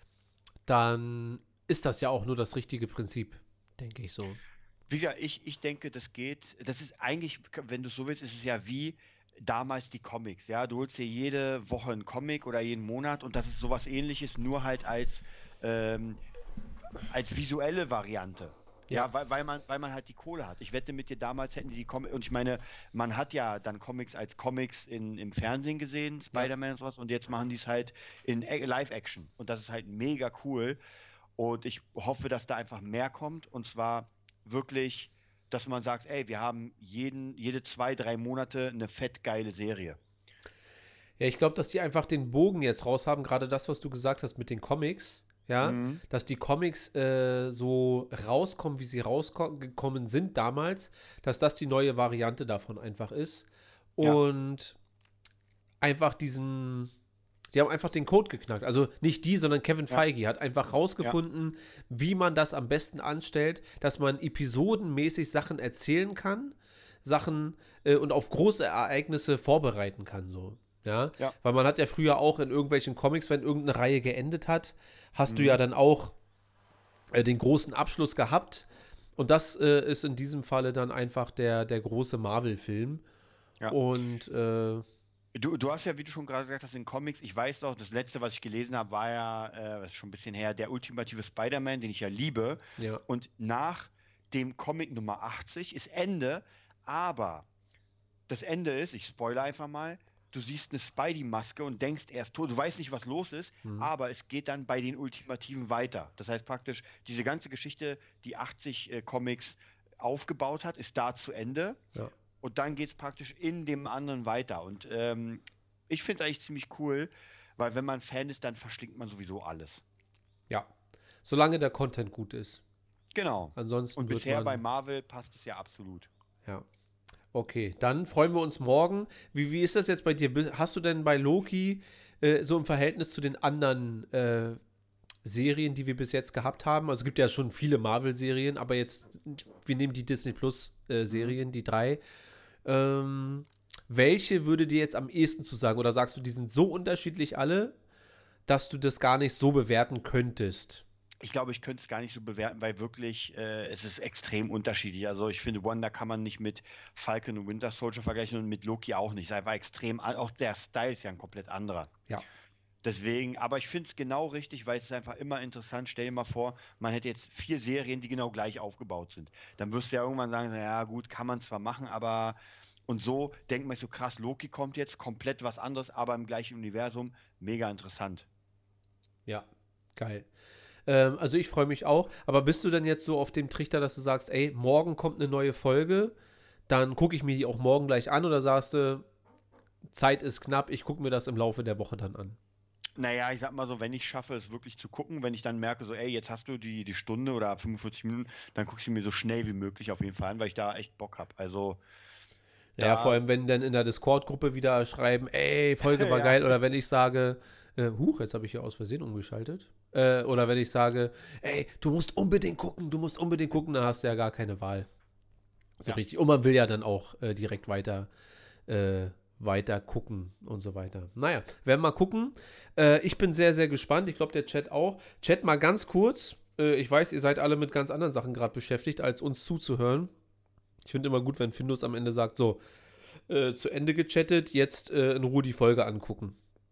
dann ist das ja auch nur das richtige Prinzip, denke ich so. Wie gesagt, ich, ich denke, das geht, das ist eigentlich, wenn du es so willst, ist es ja wie damals die Comics, ja, du holst dir jede Woche einen Comic oder jeden Monat und das ist sowas ähnliches, nur halt als, ähm, als visuelle Variante. Ja, Ja. weil, weil man, weil man halt die Kohle hat. Ich wette mit dir, damals hätten die die Comics, und ich meine, man hat ja dann Comics als Comics in, im Fernsehen gesehen, Spider-Man und sowas, und jetzt machen die es halt in A- Live-Action. Und das ist halt mega cool. Und ich hoffe, dass da einfach mehr kommt. Und zwar wirklich, dass man sagt, ey, wir haben jeden, jede zwei, drei Monate eine fett geile Serie. Ja, ich glaube, dass die einfach den Bogen jetzt raus haben, gerade das, was du gesagt hast mit den Comics, ja, Mhm. dass die Comics äh, so rauskommen, wie sie rausgekommen sind damals, dass das die neue Variante davon einfach ist. Ja. Und einfach diesen, die haben einfach den Code geknackt. Also nicht die, sondern Kevin Ja. Feige hat einfach rausgefunden, wie man das am besten anstellt, dass man episodenmäßig Sachen erzählen kann, Sachen äh, und auf große Ereignisse vorbereiten kann, so. Ja? Ja. Weil man hat ja früher auch in irgendwelchen Comics, wenn irgendeine Reihe geendet hat, hast du Mhm. ja dann auch äh, den großen Abschluss gehabt. Und das äh, ist in diesem Falle dann einfach der, der große Marvel-Film. Ja. Und äh, Du, du hast ja, wie du schon gerade gesagt hast, in Comics, ich weiß auch, das letzte, was ich gelesen habe, war ja, äh, das ist schon ein bisschen her, der ultimative Spider-Man, den ich ja liebe. ja, Und nach dem Comic Nummer achtzig ist Ende, aber das Ende ist, ich spoilere einfach mal, du siehst eine Spidey-Maske und denkst, er ist tot, du weißt nicht, was los ist, Mhm. aber es geht dann bei den Ultimativen weiter. Das heißt praktisch, diese ganze Geschichte, die achtzig äh, Comics aufgebaut hat, ist da zu Ende. ja. Und dann geht es praktisch in dem anderen weiter. Und ähm, ich finde es eigentlich ziemlich cool, weil wenn man Fan ist, dann verschlingt man sowieso alles. Ja. Solange der Content gut ist. Genau. Ansonsten Und wird bisher man, bei Marvel passt es ja absolut. Ja. Okay, dann freuen wir uns morgen. Wie, wie ist das jetzt bei dir? Bi- Hast du denn bei Loki äh, so im Verhältnis zu den anderen äh, Serien, die wir bis jetzt gehabt haben? Also es gibt ja schon viele Marvel-Serien, aber jetzt, wir nehmen die Disney Plus-Serien, die drei. Ähm, welche würde dir jetzt am ehesten zu sagen? Oder sagst du, die sind so unterschiedlich alle, dass du das gar nicht so bewerten könntest? Ich glaube, ich könnte es gar nicht so bewerten, weil wirklich äh, es ist extrem unterschiedlich. Also ich finde, Wanda kann man nicht mit Falcon und Winter Soldier vergleichen und mit Loki auch nicht. Er war extrem, an- auch der Style ist ja ein komplett anderer. Ja. Deswegen, aber ich finde es genau richtig, weil es ist einfach immer interessant. Stell dir mal vor, man hätte jetzt vier Serien, die genau gleich aufgebaut sind. Dann wirst du ja irgendwann sagen, ja gut, kann man zwar machen, aber und so denkt man sich so krass, Loki kommt jetzt, komplett was anderes, aber im gleichen Universum, mega interessant. Ja, geil. Ähm, also ich freue mich auch. Aber bist du denn jetzt so auf dem Trichter, dass du sagst, ey, morgen kommt eine neue Folge, dann gucke ich mir die auch morgen gleich an oder sagst du, Zeit ist knapp, ich gucke mir das im Laufe der Woche dann an? Naja, ich sag mal so, wenn ich schaffe, es wirklich zu gucken, wenn ich dann merke, so, ey, jetzt hast du die, die Stunde oder fünfundvierzig Minuten, dann gucke ich sie mir so schnell wie möglich auf jeden Fall an, weil ich da echt Bock habe. Also, Ja, Da- vor allem, wenn dann in der Discord-Gruppe wieder schreiben, ey, Folge war Ja. geil, oder wenn ich sage, äh, huch, jetzt habe ich hier aus Versehen umgeschaltet. Äh, oder wenn ich sage, ey, du musst unbedingt gucken, du musst unbedingt gucken, dann hast du ja gar keine Wahl. So Ja. richtig. Und man will ja dann auch äh, direkt weiter, äh, weiter gucken und so weiter. Naja, werden wir mal gucken. Äh, ich bin sehr, sehr gespannt. Ich glaube, der Chat auch. Chat mal ganz kurz. Äh, ich weiß, ihr seid alle mit ganz anderen Sachen gerade beschäftigt, als uns zuzuhören. Ich finde immer gut, wenn Findus am Ende sagt, so, äh, zu Ende gechattet, jetzt äh, in Ruhe die Folge angucken.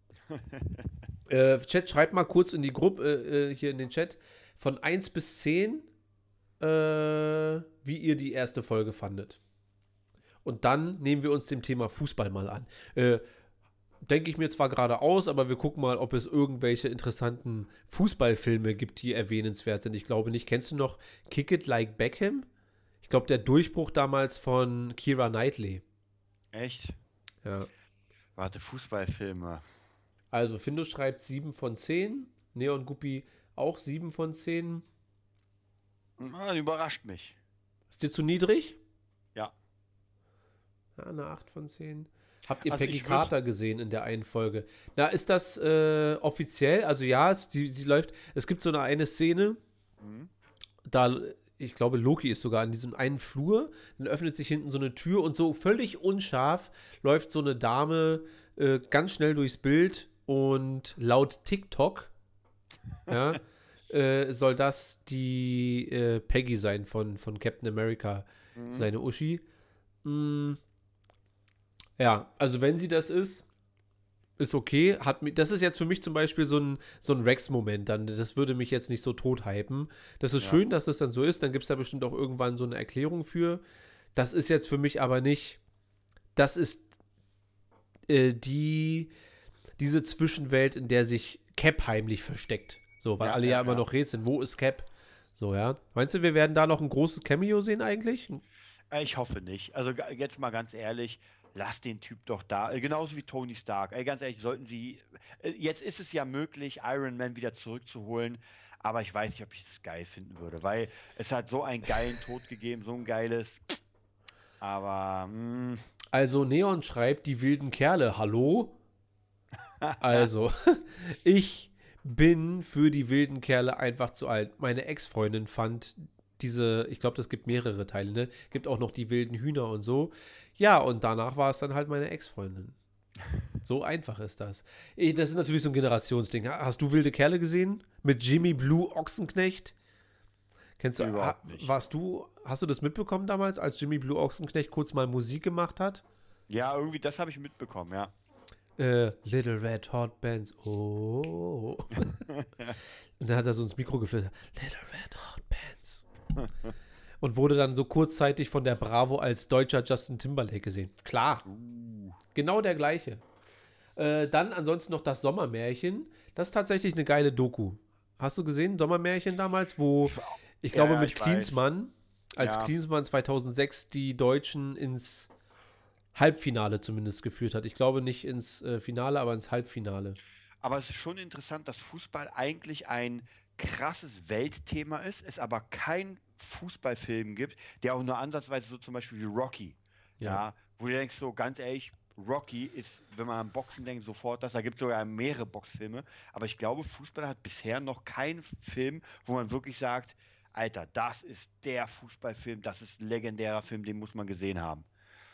äh, Chat, schreibt mal kurz in die Gruppe, äh, äh, hier in den Chat, von eins bis zehn, äh, wie ihr die erste Folge fandet. Und dann nehmen wir uns dem Thema Fußball mal an. Äh, denke ich mir zwar gerade aus, aber wir gucken mal, ob es irgendwelche interessanten Fußballfilme gibt, die erwähnenswert sind. Ich glaube nicht. Kennst du noch Kick It Like Beckham? Ich glaube, der Durchbruch damals von Keira Knightley. Echt? Ja. Warte, Fußballfilme. Also, Findus schreibt sieben von zehn. Neon Guppi auch sieben von zehn. Ah, überrascht mich. Ist dir zu niedrig? Ja. Ja, eine acht von zehn. Habt ihr Also Peggy ich wüs- Carter gesehen in der einen Folge? Na, ist das äh, offiziell? Also ja, es, sie, sie läuft. Es gibt so eine, eine Szene, Mhm. da, ich glaube, Loki ist sogar in diesem einen Flur, dann öffnet sich hinten so eine Tür und so völlig unscharf läuft so eine Dame äh, ganz schnell durchs Bild und laut TikTok ja, äh, soll das die äh, Peggy sein von, von Captain America, Mhm. seine Uschi. Mm, ja, also wenn sie das ist, ist okay. Hat, mi- das ist jetzt für mich zum Beispiel so ein, so ein Rex-Moment dann. Das würde mich jetzt nicht so tot hypen. Das ist Ja. schön, dass das dann so ist. Dann gibt es da bestimmt auch irgendwann so eine Erklärung für. Das ist jetzt für mich aber nicht, das ist äh, die, diese Zwischenwelt, in der sich Cap heimlich versteckt. So, weil Ja, alle ja, ja, immer ja. noch rätseln, wo ist Cap? So, ja. Meinst du, wir werden da noch ein großes Cameo sehen eigentlich? Äh, Ich hoffe nicht. Also ga- jetzt mal ganz ehrlich, lass den Typ doch da. Äh, Genauso wie Tony Stark. Ey, ganz ehrlich, sollten sie. äh, Jetzt ist es ja möglich, Iron Man wieder zurückzuholen. Aber ich weiß nicht, ob ich es geil finden würde, weil es hat so einen geilen Tod gegeben, so ein geiles. Aber mh, Also Neon schreibt, die wilden Kerle, hallo? Also, ich bin für die wilden Kerle einfach zu alt. Meine Ex-Freundin fand diese, ich glaube, das gibt mehrere Teile, ne? Gibt auch noch die wilden Hühner und so. Ja, und danach war es dann halt meine Ex-Freundin. So einfach ist das. Eh, Das ist natürlich so ein Generationsding. Ha- Hast du wilde Kerle gesehen? Mit Jimmy Blue Ochsenknecht? Kennst du, ha, Überhaupt nicht. warst du, hast du das mitbekommen damals, als Jimmy Blue Ochsenknecht kurz mal Musik gemacht hat? ja, irgendwie, das habe ich mitbekommen, ja. Äh, Little Red Hot Bands, oh. Und dann hat er so ins Mikro geflüstert, Little Red Hot Bands. Und wurde dann so kurzzeitig von der Bravo als deutscher Justin Timberlake gesehen. Klar, Uh, genau der gleiche. Äh, dann ansonsten noch das Sommermärchen. Das ist tatsächlich eine geile Doku. Hast du gesehen, Sommermärchen damals, wo, ich glaube, ja, mit ich weiß. Klinsmann, als Ja. Klinsmann zweitausendsechs die Deutschen ins Halbfinale zumindest geführt hat. Ich glaube nicht ins äh, Finale, aber ins Halbfinale. Aber es ist schon interessant, dass Fußball eigentlich ein krasses Weltthema ist, es aber keinen Fußballfilm gibt, der auch nur ansatzweise so zum Beispiel wie Rocky, ja, wo du denkst so ganz ehrlich, Rocky ist, wenn man an Boxen denkt, sofort das, da gibt es sogar mehrere Boxfilme, aber ich glaube, Fußball hat bisher noch keinen Film, wo man wirklich sagt, Alter, das ist der Fußballfilm, das ist ein legendärer Film, den muss man gesehen haben.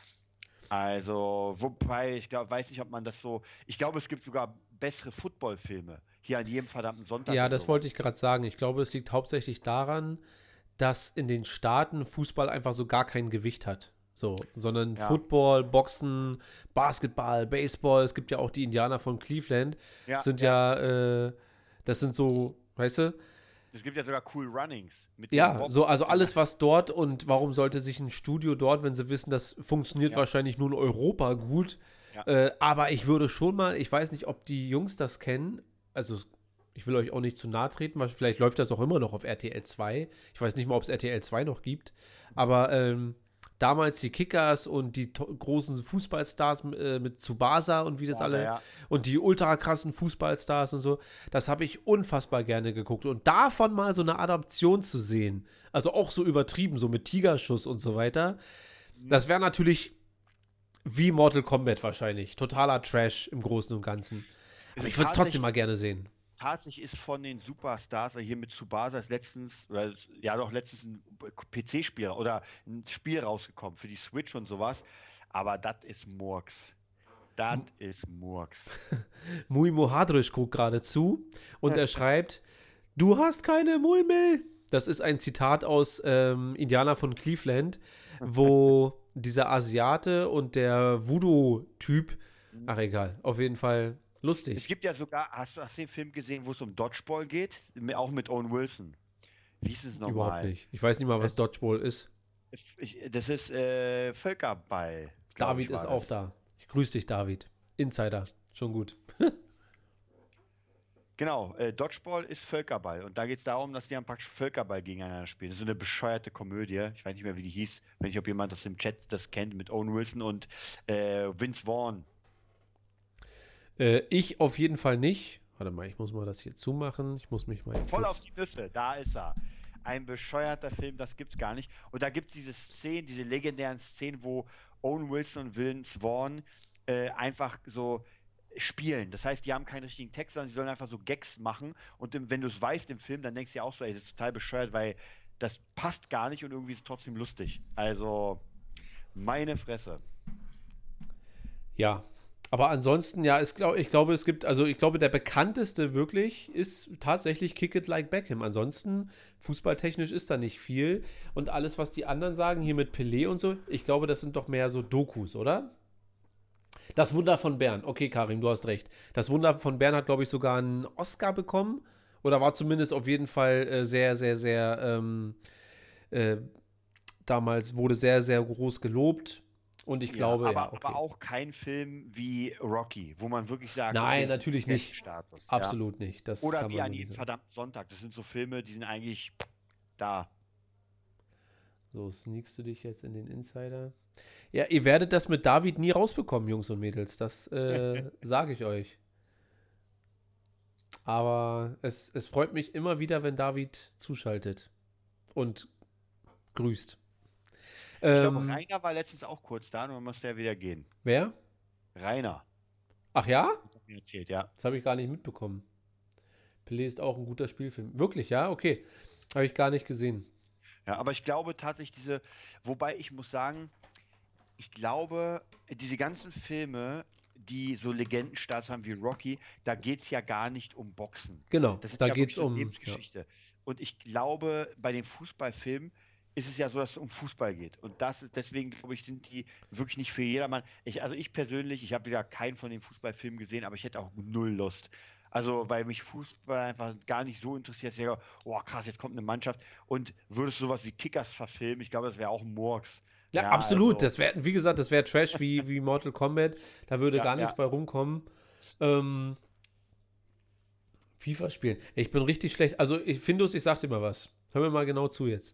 Also, wobei, ich glaub, weiß nicht, ob man das so. Ich glaube, es gibt sogar bessere Footballfilme. Hier an jedem verdammten Sonntag. Ja, und das so. wollte ich gerade sagen. Ich glaube, es liegt hauptsächlich daran, dass in den Staaten Fußball einfach so gar kein Gewicht hat. So, sondern Ja. Football, Boxen, Basketball, Baseball, es gibt ja auch die Indianer von Cleveland, Ja, sind ja, äh, das sind so, weißt du, Es gibt ja sogar Cool Runnings. Mit den ja, Bob- so, also alles, was dort und warum sollte sich ein Studio dort, wenn sie wissen, das funktioniert Ja. wahrscheinlich nur in Europa gut. Ja. Äh, aber ich würde schon mal, ich weiß nicht, ob die Jungs das kennen, also ich will euch auch nicht zu nahe treten, weil vielleicht läuft das auch immer noch auf R T L zwei. Ich weiß nicht mal, ob es R T L zwei noch gibt. Aber ähm, damals die Kickers und die to- großen Fußballstars äh, mit Tsubasa und wie das Ja, alle ja. und die ultra krassen Fußballstars und so, das habe ich unfassbar gerne geguckt. Und davon mal so eine Adaption zu sehen, also auch so übertrieben, so mit Tigerschuss und so weiter, das wäre natürlich wie Mortal Kombat wahrscheinlich. Totaler Trash im Großen und Ganzen. Aber ich würde es trotzdem mal gerne sehen. Tatsächlich ist von den Superstars, also hier mit Tsubasa ist letztens, oder, ja doch letztens ein P C-Spiel oder ein Spiel rausgekommen für die Switch und sowas. Aber das ist Murks. Das M- ist Murks. Mui Mohadrisch guckt gerade zu und er schreibt, du hast keine Mulmel. Das ist ein Zitat aus ähm, Indianer von Cleveland, wo dieser Asiate und der Voodoo-Typ, ach egal, auf jeden Fall lustig. Es gibt ja sogar, hast du hast den Film gesehen, wo es um Dodgeball geht? Auch mit Owen Wilson. Wie ist es nochmal? Überhaupt nicht. Ich weiß nicht mal, was das, Dodgeball ist. Ich, das ist äh, Völkerball. David ist auch da. Ich grüße dich, David. Insider. Schon gut. Genau, äh, Dodgeball ist Völkerball. Und da geht es darum, dass die dann praktisch Völkerball gegeneinander spielen. Das ist so eine bescheuerte Komödie. Ich weiß nicht mehr, wie die hieß. Wenn ich, ob jemand das im Chat das kennt, mit Owen Wilson und äh, Vince Vaughn. Äh, ich auf jeden Fall nicht. Warte mal, ich muss mal das hier zumachen. Ich muss mich mal Voll kurz... auf die Nüsse, da ist er. Ein bescheuerter Film, das gibt's gar nicht. Und da gibt es diese Szenen, diese legendären Szenen, wo Owen Wilson und Vince Vaughn äh, einfach so spielen. Das heißt, die haben keinen richtigen Text, sondern sie sollen einfach so Gags machen. Und im, wenn du es weißt im Film, dann denkst du ja auch so, ey, das ist total bescheuert, weil das passt gar nicht und irgendwie ist es trotzdem lustig. Also, meine Fresse. Ja, aber ansonsten, ja, es glaub, ich glaube, es gibt, also ich glaube, der bekannteste wirklich ist tatsächlich Kick It Like Beckham. Ansonsten, fußballtechnisch ist da nicht viel. Und alles, was die anderen sagen, hier mit Pelé und so, ich glaube, das sind doch mehr so Dokus, oder? Das Wunder von Bern. Okay, Karim, du hast recht. Das Wunder von Bern hat, glaube ich, sogar einen Oscar bekommen. Oder war zumindest auf jeden Fall äh, sehr, sehr, sehr, ähm, äh, damals wurde sehr, sehr groß gelobt. Und ich glaube, ja, aber, ja, okay. aber auch kein Film wie Rocky, wo man wirklich sagt, nein, okay, natürlich nicht. Status, Absolut ja. nicht. Das Oder kann wie man an so jedem nicht sagen. verdammten Sonntag. Das sind so Filme, die sind eigentlich da. So, sneakst du dich jetzt in den Insider? Ja, ihr werdet das mit David nie rausbekommen, Jungs und Mädels. Das äh, sage ich euch. Aber es, es freut mich immer wieder, wenn David zuschaltet und grüßt. Ich glaube, Ähm, Rainer war letztens auch kurz da, nur musste er wieder gehen. wer? Rainer. Ach ja? Hat er mir erzählt, ja. Das habe ich gar nicht mitbekommen. Pelé ist auch ein guter Spielfilm. Wirklich, ja? Okay. Habe ich gar nicht gesehen. Ja, aber ich glaube tatsächlich diese, wobei ich muss sagen, ich glaube, diese ganzen Filme, die so Legendenstatus haben wie Rocky, da geht es ja gar nicht um Boxen. Genau, Das ist da ja geht es wirklich so um. Ja. Lebensgeschichte. Und ich glaube, bei den Fußballfilmen ist es ja so, dass es um Fußball geht. Und das ist, deswegen glaube ich, sind die wirklich nicht für jedermann. Ich, also ich persönlich, ich habe wieder keinen von den Fußballfilmen gesehen, aber ich hätte auch null Lust. Also, weil mich Fußball einfach gar nicht so interessiert. Ich denke, oh krass, jetzt kommt eine Mannschaft. Und würdest du sowas wie Kickers verfilmen, ich glaube, das wäre auch ein Murks. Ja, Ja, absolut. also- Das wäre, wie gesagt, das wäre Trash wie, wie Mortal Kombat. Da würde Ja, gar nichts ja. bei rumkommen. Ähm, FIFA spielen. Ich bin richtig schlecht. Also, ich, Findus, ich sag dir mal was. Hör mir mal genau zu jetzt.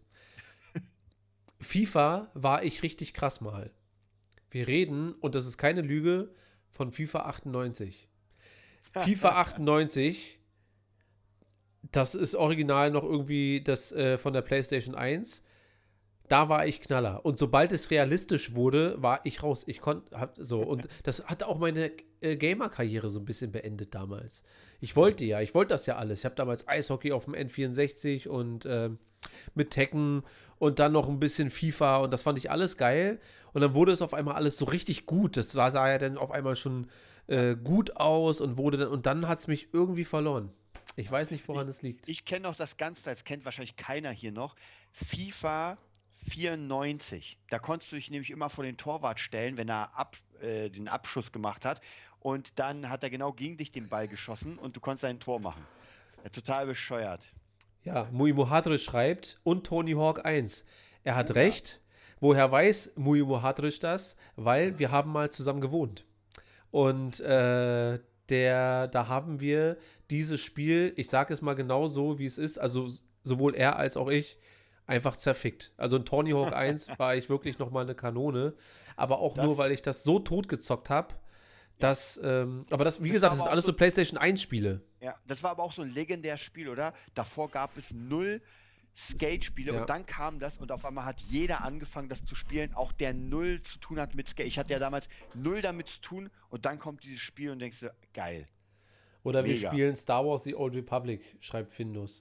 FIFA war ich richtig krass mal. Wir reden, und das ist keine Lüge, von FIFA achtundneunzig. FIFA achtundneunzig, das ist original noch irgendwie das äh, von der PlayStation eins. Da war ich Knaller. Und sobald es realistisch wurde, war ich raus. Ich konnte, so. Und das hat auch meine äh, Gamer-Karriere so ein bisschen beendet damals. Ich wollte ja, ich wollte das ja alles. Ich habe damals Eishockey auf dem N vierundsechzig und äh, mit Tekken und dann noch ein bisschen FIFA und das fand ich alles geil. Und dann wurde es auf einmal alles so richtig gut. Das sah, sah ja dann auf einmal schon äh, gut aus und wurde dann, und dann hat es mich irgendwie verloren. Ich weiß nicht, woran es liegt. Ich kenne noch das Ganze, das kennt wahrscheinlich keiner hier noch. FIFA vierundneunzig. Da konntest du dich nämlich immer vor den Torwart stellen, wenn er ab, äh, den Abschuss gemacht hat. Und dann hat er genau gegen dich den Ball geschossen und du konntest ein Tor machen. Ja, total bescheuert. Ja, Mui Mohadrisch schreibt und Tony Hawk eins. Er hat Ja. recht. Woher weiß Mui Mohadrisch das? Weil wir haben mal zusammen gewohnt. Und äh, der, da haben wir dieses Spiel, ich sage es mal genau so, wie es ist, also sowohl er als auch ich, einfach zerfickt. Also in Tony Hawk eins war ich wirklich nochmal eine Kanone, aber auch Das- nur, weil ich das so tot gezockt habe, dass, ähm, aber das, wie Das gesagt, war das sind aber auch alles so- so PlayStation eins Spiele. Ja, das war aber auch so ein legendäres Spiel, oder? Davor gab es null Skate-Spiele Ja. und dann kam das und auf einmal hat jeder angefangen, das zu spielen, auch der null zu tun hat mit Skate. Ich hatte ja damals null damit zu tun und dann kommt dieses Spiel und denkst du, geil. Oder wir Mega. spielen Star Wars The Old Republic, schreibt Findus.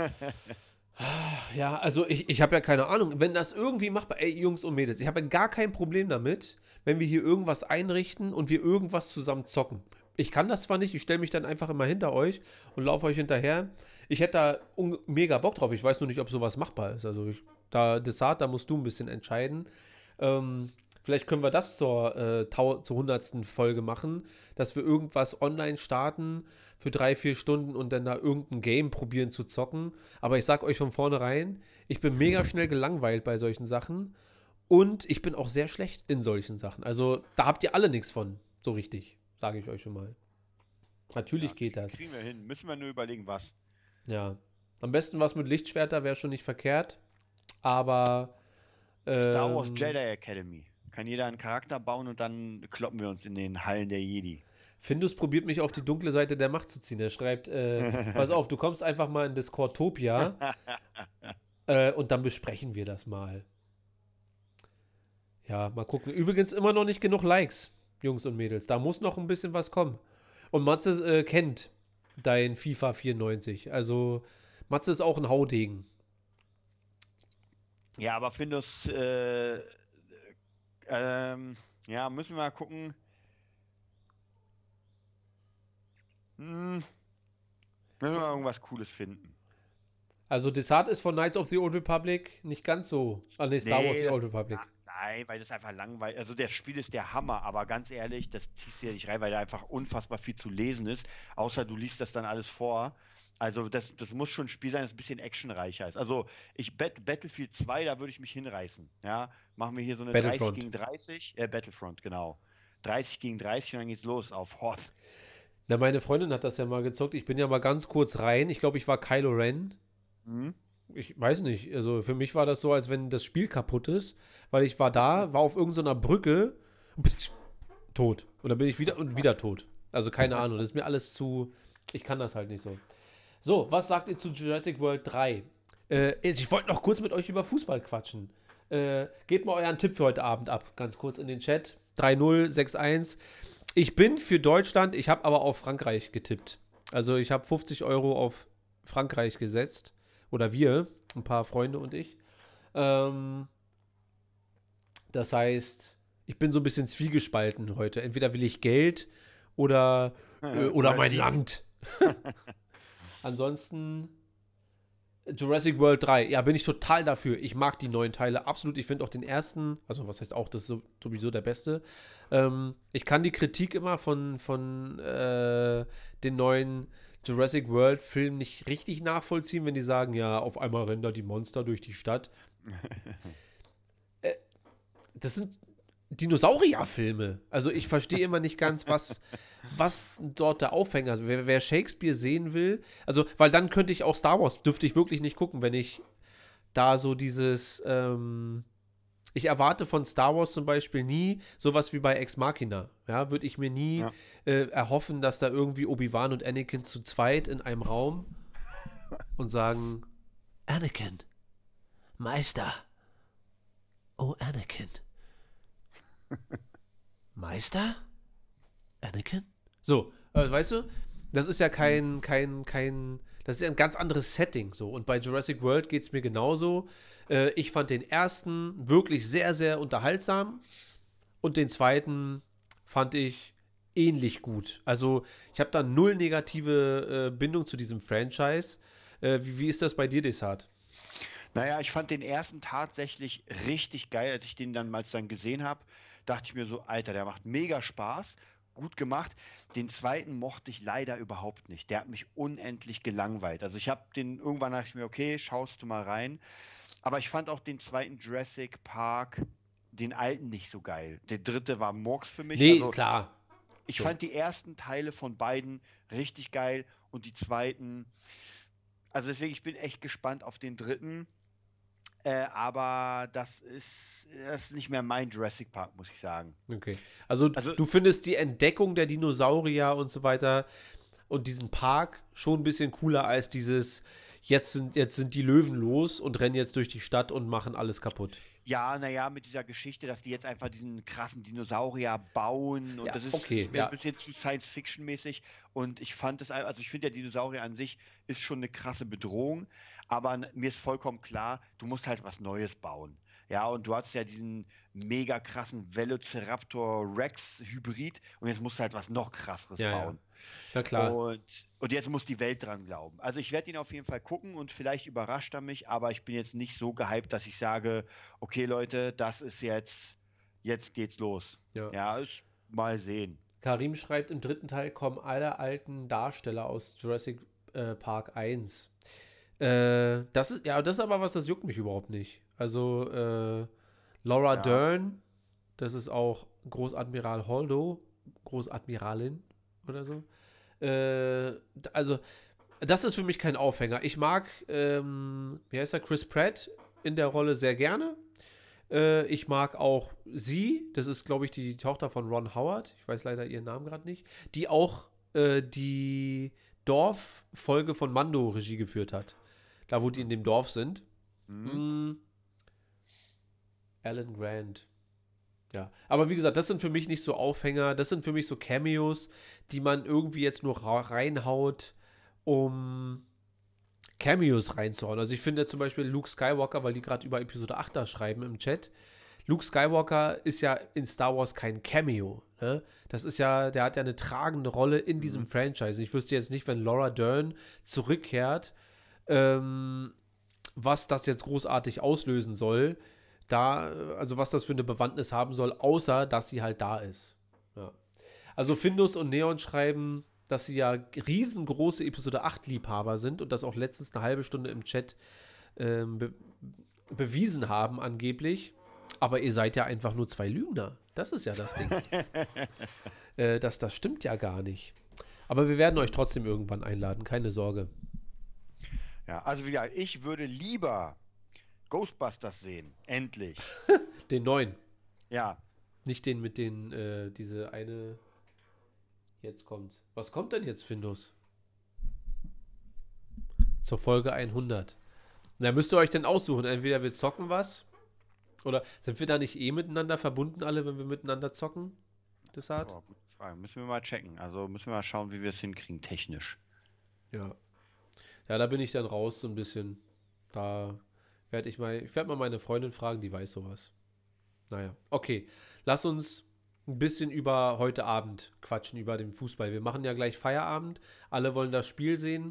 Ja, also ich, ich habe ja keine Ahnung, wenn das irgendwie machbar, ey Jungs und Mädels, ich habe ja gar kein Problem damit, wenn wir hier irgendwas einrichten und wir irgendwas zusammen zocken. Ich kann das zwar nicht, ich stelle mich dann einfach immer hinter euch und laufe euch hinterher. Ich hätte da un- mega Bock drauf, ich weiß nur nicht, ob sowas machbar ist. Also ich, da, Desart, da musst du ein bisschen entscheiden. Ähm, vielleicht können wir das zur, äh, tau- zur hundertsten Folge machen, dass wir irgendwas online starten für drei, vier Stunden und dann da irgendein Game probieren zu zocken. Aber ich sag euch von vornherein, ich bin mega schnell gelangweilt bei solchen Sachen und ich bin auch sehr schlecht in solchen Sachen. Also da habt ihr alle nichts von, so richtig, sage ich euch schon mal. Natürlich Ja, geht das. Kriegen wir hin. Müssen wir nur überlegen, was. Ja. Am besten was mit Lichtschwerter wäre schon nicht verkehrt, aber Star Wars ähm, Jedi Academy. Kann jeder einen Charakter bauen und dann kloppen wir uns in den Hallen der Jedi. Findus probiert mich auf die dunkle Seite der Macht zu ziehen. Er schreibt, äh, pass auf, du kommst einfach mal in Discordtopia äh, und dann besprechen wir das mal. Ja, mal gucken. Übrigens immer noch nicht genug Likes, Jungs und Mädels. Da muss noch ein bisschen was kommen. Und Matze äh, kennt dein FIFA vierundneunzig. Also Matze ist auch ein Haudegen. Ja, aber Findus, äh, ähm, ja, müssen wir mal gucken. Hm, müssen wir mal irgendwas Cooles finden. Also Desart ist von Knights of the Old Republic nicht ganz so. Ah, nee, Star Nee, Wars The das- Old Republic. Na, nein, weil das einfach langweilig. Also das Spiel ist der Hammer, aber ganz ehrlich, das ziehst du ja nicht rein, weil da einfach unfassbar viel zu lesen ist. Außer du liest das dann alles vor. Also das, das muss schon ein Spiel sein, das ein bisschen actionreicher ist. Also ich Bet Battlefield zwei, da würde ich mich hinreißen. Ja, machen wir hier so eine Battlefront. dreißig gegen dreißig, äh, Battlefront, genau. dreißig gegen dreißig und dann geht's los auf Hoth. Na, meine Freundin hat das ja mal gezockt. Ich bin ja mal ganz kurz rein. Ich glaube, ich war Kylo Ren. Mhm. Ich weiß nicht. Also für mich war das so, als wenn das Spiel kaputt ist, weil ich war da, war auf irgendeiner Brücke, pst, tot. Und dann bin ich wieder und wieder tot. Also keine Ahnung. Das ist mir alles zu. Ich kann das halt nicht so. So, was sagt ihr zu Jurassic World drei? Äh, ich wollte noch kurz mit euch über Fußball quatschen. Äh, gebt mal euren Tipp für heute Abend ab. Ganz kurz in den Chat. drei null, sechs eins. Ich bin für Deutschland, ich habe aber auf Frankreich getippt. Also ich habe fünfzig Euro auf Frankreich gesetzt. Oder wir, ein paar Freunde und ich. Ähm, das heißt, ich bin so ein bisschen zwiegespalten heute. Entweder will ich Geld oder, äh, oder mein Sieg. Land. Ansonsten Jurassic World drei. Ja, bin ich total dafür. Ich mag die neuen Teile absolut. Ich finde auch den ersten, also was heißt auch, das ist so, sowieso der beste. Ähm, ich kann die Kritik immer von, von äh, den neuen Jurassic World Filmen nicht richtig nachvollziehen, wenn die sagen, ja, auf einmal rennen da die Monster durch die Stadt. äh, das sind Dinosaurierfilme. Also ich verstehe immer nicht ganz, was, was dort der Aufhänger ist. Wer, wer Shakespeare sehen will, also, weil dann könnte ich auch Star Wars, dürfte ich wirklich nicht gucken, wenn ich da so dieses, ähm, ich erwarte von Star Wars zum Beispiel nie sowas wie bei Ex Machina. Ja, würde ich mir nie Ja. äh, erhoffen, dass da irgendwie Obi-Wan und Anakin zu zweit in einem Raum und sagen, Anakin, Meister, oh Anakin. Meister? Anakin? So, also, weißt du, das ist ja kein, kein, kein, das ist ja ein ganz anderes Setting so. Und bei Jurassic World geht es mir genauso. Äh, ich fand den ersten wirklich sehr, sehr unterhaltsam und den zweiten fand ich ähnlich gut. Also ich habe da null negative äh, Bindung zu diesem Franchise. Äh, wie, wie ist das bei dir, Desart? Naja, ich fand den ersten tatsächlich richtig geil, als ich den dann mal dann gesehen habe. Dachte ich mir so, Alter, der macht mega Spaß, gut gemacht. Den zweiten mochte ich leider überhaupt nicht. Der hat mich unendlich gelangweilt. Also ich habe den, irgendwann dachte ich mir, okay, schaust du mal rein. Aber ich fand auch den zweiten Jurassic Park, den alten, nicht so geil. Der dritte war Murks für mich. Nee, also, klar. ich so. fand die ersten Teile von beiden richtig geil und die zweiten, also deswegen, ich bin echt gespannt auf den dritten. Äh, aber das ist, das ist nicht mehr mein Jurassic Park, muss ich sagen. Okay. Also, Also- du findest die Entdeckung der Dinosaurier und so weiter und diesen Park schon ein bisschen cooler als dieses, jetzt sind, jetzt sind die Löwen los und rennen jetzt durch die Stadt und machen alles kaputt. Ja, naja, mit dieser Geschichte, dass die jetzt einfach diesen krassen Dinosaurier bauen und Ja, das ist, okay, ist mir ja. ein bisschen zu Science-Fiction-mäßig und ich fand es, also ich finde ja Dinosaurier an sich ist schon eine krasse Bedrohung, aber n- mir ist vollkommen klar, du musst halt was Neues bauen. Ja, und du hattest ja diesen mega krassen Velociraptor Rex Hybrid und jetzt musst du halt was noch krasseres Ja, ja. bauen. Na klar. Und, und jetzt muss die Welt dran glauben. Also ich werde ihn auf jeden Fall gucken und vielleicht überrascht er mich, aber ich bin jetzt nicht so gehypt, dass ich sage, okay Leute, das ist jetzt, jetzt geht's los. Ja. Ja, ist, mal sehen. Karim schreibt, im dritten Teil kommen alle alten Darsteller aus Jurassic äh, Park eins. Äh, das ist, ja, das ist aber was, das juckt mich überhaupt nicht. Also, äh, Laura Ja. Dern, das ist auch Großadmiral Holdo, Großadmiralin oder so. Äh, d- also, das ist für mich kein Aufhänger. Ich mag, ähm, wie heißt er, Chris Pratt in der Rolle sehr gerne. Äh, ich mag auch sie, das ist, glaube ich, die Tochter von Ron Howard. Ich weiß leider ihren Namen gerade nicht. Die auch äh, die Dorf-Folge von Mando Regie geführt hat. Da, wo die in dem Dorf sind. Mhm. Mm, Alan Grant. Ja, aber wie gesagt, das sind für mich nicht so Aufhänger. Das sind für mich so Cameos, die man irgendwie jetzt nur ra- reinhaut, um Cameos reinzuhauen. Also ich finde zum Beispiel Luke Skywalker, weil die gerade über Episode acht da schreiben im Chat. Luke Skywalker ist ja in Star Wars kein Cameo. Ne? Das ist ja, der hat ja eine tragende Rolle in diesem Mhm. Franchise. Ich wüsste jetzt nicht, wenn Laura Dern zurückkehrt, ähm, was das jetzt großartig auslösen soll. Da, äh, also was das für eine Bewandtnis haben soll, außer dass sie halt da ist. Ja. Also Findus und Neon schreiben, dass sie ja riesengroße Episode acht Liebhaber sind und das auch letztens eine halbe Stunde im Chat ähm, be bewiesen haben angeblich. Aber ihr seid ja einfach nur zwei Lügner. Das ist ja das Ding. äh, das, das stimmt ja gar nicht. Aber wir werden euch trotzdem irgendwann einladen, keine Sorge. Ja, also wie gesagt, ich würde lieber Ghostbusters sehen. Endlich. Den neuen. Ja. Nicht den mit den, äh, diese eine. Jetzt kommt's. Was kommt denn jetzt, Findus? Zur Folge hundert. Na, müsst ihr euch denn aussuchen. Entweder wir zocken was. Oder sind wir da nicht eh miteinander verbunden, alle, wenn wir miteinander zocken? Das hat? Oh, gute Frage. Müssen wir mal checken. Also müssen wir mal schauen, wie wir es hinkriegen, technisch. Ja. Ja, da bin ich dann raus so ein bisschen. Da werde ich mal, ich werde mal meine Freundin fragen, die weiß sowas. Naja, okay. Lass uns ein bisschen über heute Abend quatschen, über den Fußball. Wir machen ja gleich Feierabend. Alle wollen das Spiel sehen.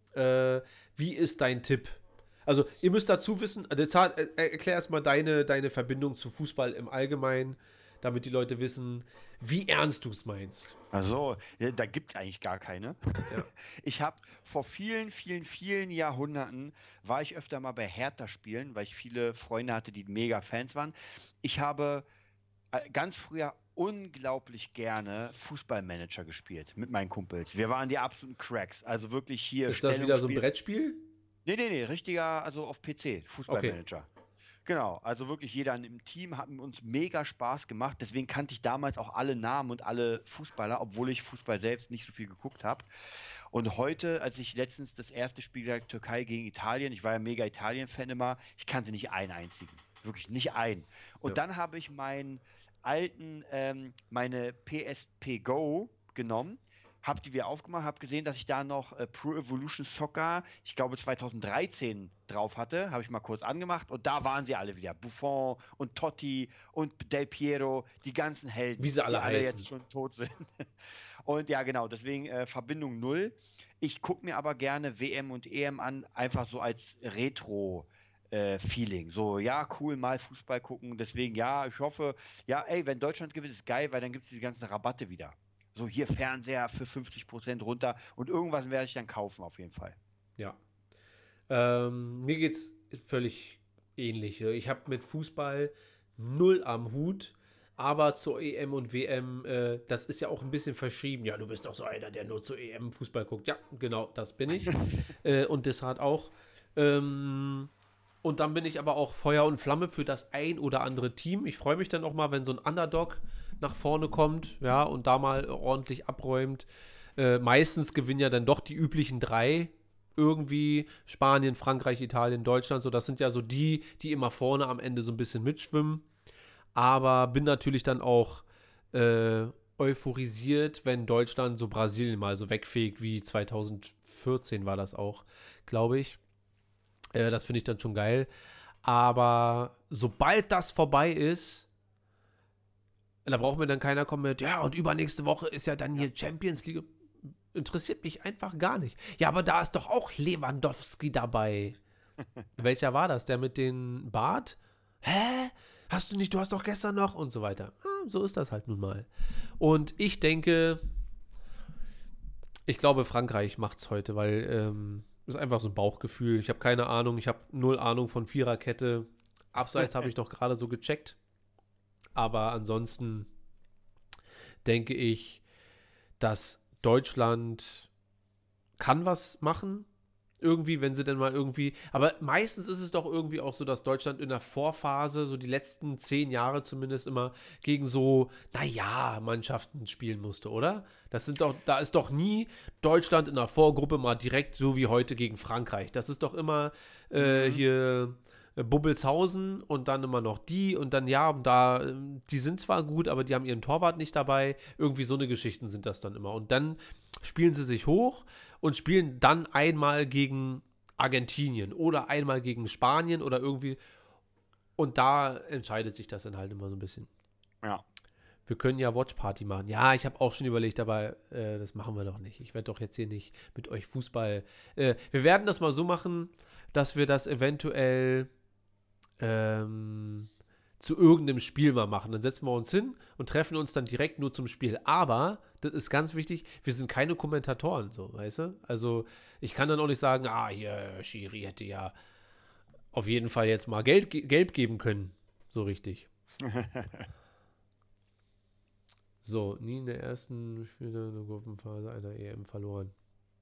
Äh, wie ist dein Tipp? Also, ihr müsst dazu wissen, Desart, äh, erklär erstmal deine, deine Verbindung zu Fußball im Allgemeinen, damit die Leute wissen, wie ernst du es meinst. Also, ja, da gibt es eigentlich gar keine. Ja. Ich habe vor vielen, vielen, vielen Jahrhunderten war ich öfter mal bei Hertha-Spielen, weil ich viele Freunde hatte, die mega Fans waren. Ich habe äh, ganz früher unglaublich gerne Fußballmanager gespielt mit meinen Kumpels. Wir waren die absoluten Cracks. Also wirklich hier Ist das wieder so ein Stellungsspiel- Brettspiel? Nee, nee, nee, richtiger, also auf P C, Fußballmanager. Genau, also wirklich jeder im Team hat uns mega Spaß gemacht. Deswegen kannte ich damals auch alle Namen und alle Fußballer, obwohl ich Fußball selbst nicht so viel geguckt habe. Und heute, als ich letztens das erste Spiel der Türkei gegen Italien, ich war ja mega Italien-Fan immer, ich kannte nicht einen einzigen. Wirklich nicht einen. Und Ja. dann habe ich meinen alten, ähm, meine P S P Go genommen, habe die wieder aufgemacht, habe gesehen, dass ich da noch äh, Pro Evolution Soccer, ich glaube zweitausenddreizehn drauf hatte, habe ich mal kurz angemacht und da waren sie alle wieder. Buffon und Totti und Del Piero, die ganzen Helden, Wie sie alle die alle heißen. jetzt schon tot sind. Und ja, genau, deswegen äh, Verbindung null. Ich gucke mir aber gerne W M und E M an, einfach so als Retro- äh, Feeling. So, ja, cool, mal Fußball gucken. Deswegen, ja, ich hoffe, ja, ey, wenn Deutschland gewinnt, ist geil, weil dann gibt es diese ganzen Rabatte wieder. So, hier Fernseher für fünfzig Prozent runter und irgendwas werde ich dann kaufen, auf jeden Fall. Ja. Ähm, mir geht's völlig ähnlich. Ich habe mit Fußball null am Hut, aber zur E M und W M, äh, das ist ja auch ein bisschen verschrieben. Ja, du bist doch so einer, der nur zur E M Fußball guckt. Ja, genau, das bin ich. äh, und das hat auch. Ähm, und dann bin ich aber auch Feuer und Flamme für das ein oder andere Team. Ich freue mich dann auch mal, wenn so ein Underdog nach vorne kommt, ja, und da mal ordentlich abräumt. Äh, meistens gewinnen ja dann doch die üblichen drei irgendwie Spanien, Frankreich, Italien, Deutschland, so das sind ja so die, die immer vorne am Ende so ein bisschen mitschwimmen. Aber bin natürlich dann auch äh, euphorisiert, wenn Deutschland so Brasilien mal so wegfegt, wie zwanzig vierzehn war das auch, glaube ich. Äh, das finde ich dann schon geil. Aber sobald das vorbei ist, da braucht mir dann keiner kommen mit, ja, und übernächste Woche ist ja dann hier Champions League. Interessiert mich einfach gar nicht. Ja, aber da ist doch auch Lewandowski dabei. Welcher war das? Der mit dem Bart? Hä? Hast du nicht, du hast doch gestern noch und so weiter. Ja, so ist das halt nun mal. Und ich denke, ich glaube, Frankreich macht's heute, weil ähm, ist einfach so ein Bauchgefühl. Ich habe keine Ahnung, ich habe null Ahnung von Viererkette. Abseits habe ich doch gerade so gecheckt. Aber ansonsten denke ich, dass Deutschland kann was machen. Irgendwie, wenn sie denn mal irgendwie, aber meistens ist es doch irgendwie auch so, dass Deutschland in der Vorphase, so die letzten zehn Jahre zumindest immer gegen so, naja, Mannschaften spielen musste, oder? Das sind doch, da ist doch nie Deutschland in der Vorgruppe mal direkt so wie heute gegen Frankreich. Das ist doch immer äh, mhm. hier äh, Bubbelshausen und dann immer noch die und dann, ja, da, die sind zwar gut, aber die haben ihren Torwart nicht dabei. Irgendwie so eine Geschichten sind das dann immer. Und dann spielen sie sich hoch und spielen dann einmal gegen Argentinien oder einmal gegen Spanien oder irgendwie. Und da entscheidet sich das dann halt immer so ein bisschen. Ja. Wir können ja Watchparty machen. Ja, ich habe auch schon überlegt, aber äh, das machen wir doch nicht. Ich werde doch jetzt hier nicht mit euch Fußball. Äh, wir werden das mal so machen, dass wir das eventuell ähm, zu irgendeinem Spiel mal machen. Dann setzen wir uns hin und treffen uns dann direkt nur zum Spiel. Aber, das ist ganz wichtig, wir sind keine Kommentatoren, so, weißt du? Also, ich kann dann auch nicht sagen, ah, hier, Schiri hätte ja auf jeden Fall jetzt mal Geld, gelb geben können. So richtig. So, nie in der ersten Spiele der Gruppenphase einer E M verloren.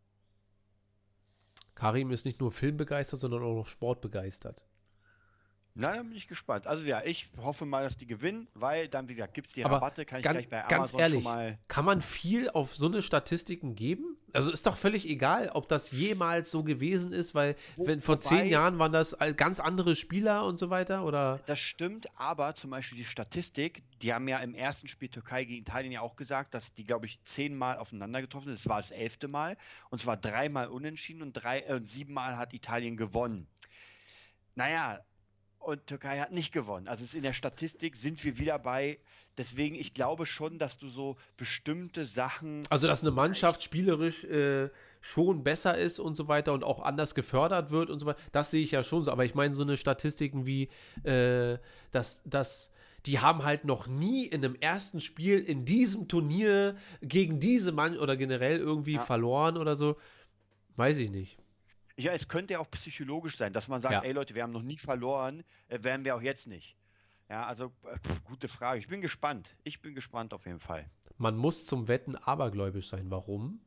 Karim ist nicht nur filmbegeistert, sondern auch noch sportbegeistert. Na, dann bin ich gespannt. Also ja, ich hoffe mal, dass die gewinnen, weil dann, wie gesagt, gibt es die Aber Rabatte, kann ich ganz, gleich bei ganz Amazon ehrlich, schon mal... Kann man viel auf so eine Statistiken geben? Also ist doch völlig egal, ob das jemals so gewesen ist, weil Wo, wenn, vor wobei, zehn Jahren waren das ganz andere Spieler und so weiter, oder? Das stimmt, aber zum Beispiel die Statistik, die haben ja im ersten Spiel Türkei gegen Italien ja auch gesagt, dass die, glaube ich, zehnmal aufeinander getroffen sind. Das war das elfte Mal und zwar dreimal unentschieden und drei, äh, siebenmal hat Italien gewonnen. Naja, und Türkei hat nicht gewonnen. Also es in der Statistik sind wir wieder bei, deswegen, ich glaube schon, dass du so bestimmte Sachen... Also dass eine Mannschaft spielerisch äh, schon besser ist und so weiter und auch anders gefördert wird und so weiter, das sehe ich ja schon so. Aber ich meine so eine Statistiken wie, äh, dass, dass die haben halt noch nie in einem ersten Spiel in diesem Turnier gegen diese Mann oder generell irgendwie ja. verloren oder so, weiß ich nicht. Ja, es könnte ja auch psychologisch sein, dass man sagt, ja. ey Leute, wir haben noch nie verloren, äh, werden wir auch jetzt nicht. Ja, also äh, gute Frage. Ich bin gespannt. Ich bin gespannt auf jeden Fall. Man muss zum Wetten abergläubisch sein. Warum?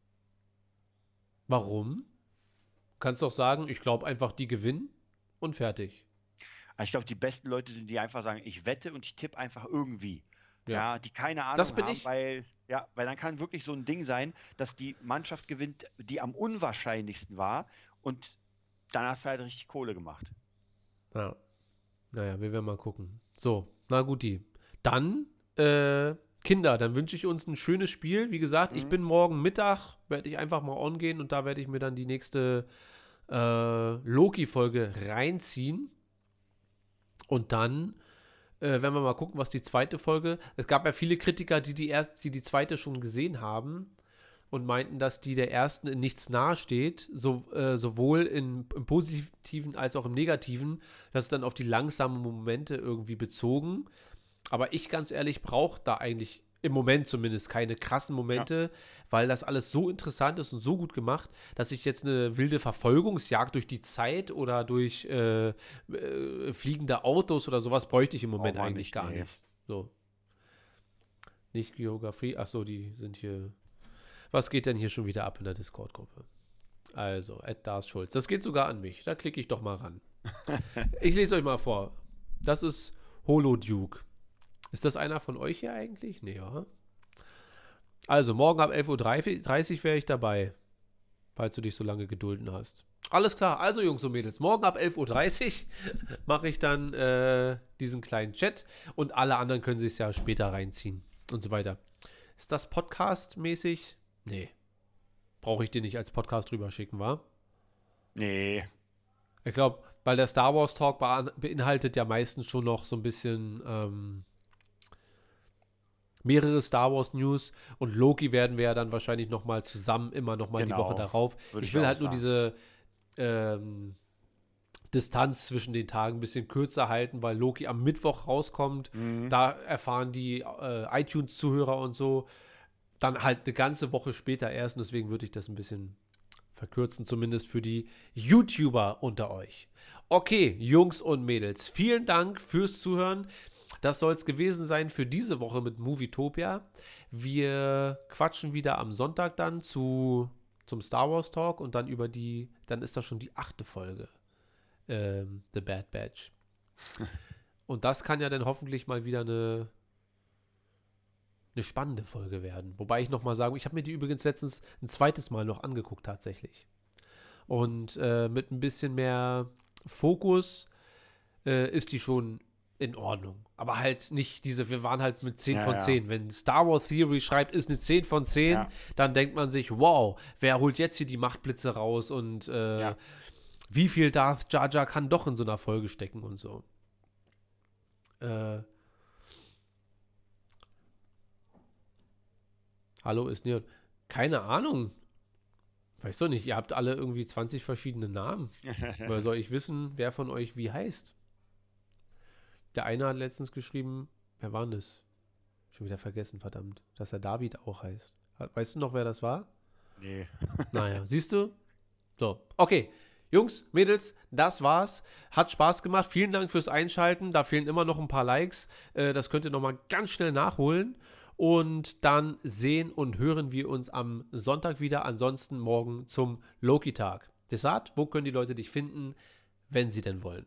Warum? Du kannst doch sagen, ich glaube einfach, die gewinnen und fertig. Ich glaube, die besten Leute sind, die einfach sagen, ich wette und ich tippe einfach irgendwie. Ja, ja die keine Ahnung das bin haben, ich. weil ja, weil dann kann wirklich so ein Ding sein, dass die Mannschaft gewinnt, die am unwahrscheinlichsten war und dann hast du halt richtig Kohle gemacht. Ja. Naja, wir werden mal gucken. So, na gut, die. Dann, äh, Kinder, dann wünsche ich uns ein schönes Spiel. Wie gesagt, mhm. ich bin morgen Mittag, werde ich einfach mal on gehen und da werde ich mir dann die nächste äh, Loki-Folge reinziehen. Und dann Äh, wenn wir mal gucken, was die zweite Folge, es gab ja viele Kritiker, die die, erst, die, die zweite schon gesehen haben und meinten, dass die der ersten in nichts nahe steht, so, äh, sowohl in, im Positiven als auch im Negativen, das ist dann auf die langsamen Momente irgendwie bezogen, aber ich ganz ehrlich brauche da eigentlich im Moment zumindest keine krassen Momente, ja. weil das alles so interessant ist und so gut gemacht, dass ich jetzt eine wilde Verfolgungsjagd durch die Zeit oder durch äh, äh, fliegende Autos oder sowas bräuchte ich im Moment oh, eigentlich nicht, gar nee. nicht. So. Nicht Geografie, ach so, die sind hier. Was geht denn hier schon wieder ab in der Discord-Gruppe? Also, Ed Dars Schulz. Das geht sogar an mich. Da klicke ich doch mal ran. Ich lese euch mal vor. Das ist Holoduke. Ist das einer von euch hier eigentlich? Nee, ja. Also, morgen ab elf Uhr dreißig wäre ich dabei. falls du dich so lange gedulden hast. Alles klar, also Jungs und Mädels, morgen ab elf Uhr dreißig mache ich dann äh, diesen kleinen Chat und alle anderen können sich ja später reinziehen und so weiter. Ist das Podcast-mäßig? Nee. Brauche ich dir nicht als Podcast drüber schicken, wa? Nee. Ich glaube, weil der Star Wars Talk beinhaltet ja meistens schon noch so ein bisschen ähm, mehrere Star Wars News und Loki werden wir ja dann wahrscheinlich nochmal zusammen immer nochmal Genau. die Woche darauf. Würde Ich ich will auch halt nur sagen. diese ähm, Distanz zwischen den Tagen ein bisschen kürzer halten, weil Loki am Mittwoch rauskommt. Mhm. Da erfahren die äh, iTunes-Zuhörer und so dann halt eine ganze Woche später erst und deswegen würde ich das ein bisschen verkürzen, zumindest für die YouTuber unter euch. Okay, Jungs und Mädels, vielen Dank fürs Zuhören. Das soll es gewesen sein für diese Woche mit Movietopia. Wir quatschen wieder am Sonntag dann zu, zum Star Wars Talk und dann über die, dann ist das schon die achte Folge, ähm, The Bad Batch. Und das kann ja dann hoffentlich mal wieder eine eine spannende Folge werden. Wobei ich nochmal sagen, ich habe mir die übrigens letztens ein zweites Mal noch angeguckt tatsächlich. Und äh, mit ein bisschen mehr Fokus äh, ist die schon in Ordnung. Aber halt nicht diese, wir waren halt mit zehn Ja, von ja. zehn. Wenn Star Wars Theory schreibt, ist eine zehn von zehn, Ja. dann denkt man sich, wow, wer holt jetzt hier die Machtblitze raus und äh, Ja. wie viel Darth Jar Jar kann doch in so einer Folge stecken und so. Äh, Hallo, ist Neon. Keine Ahnung. Weißt du nicht, ihr habt alle irgendwie zwanzig verschiedene Namen. Woher soll ich wissen, wer von euch wie heißt? Der eine hat letztens geschrieben, wer war denn das? Schon wieder vergessen, verdammt. Dass er David auch heißt. Weißt du noch, wer das war? Nee. Naja, siehst du? So, okay. Jungs, Mädels, das war's. Hat Spaß gemacht. Vielen Dank fürs Einschalten. Da fehlen immer noch ein paar Likes. Äh, das könnt ihr nochmal ganz schnell nachholen. Und dann sehen und hören wir uns am Sonntag wieder. Ansonsten morgen zum Loki-Tag. Desart, wo können die Leute dich finden, wenn sie denn wollen?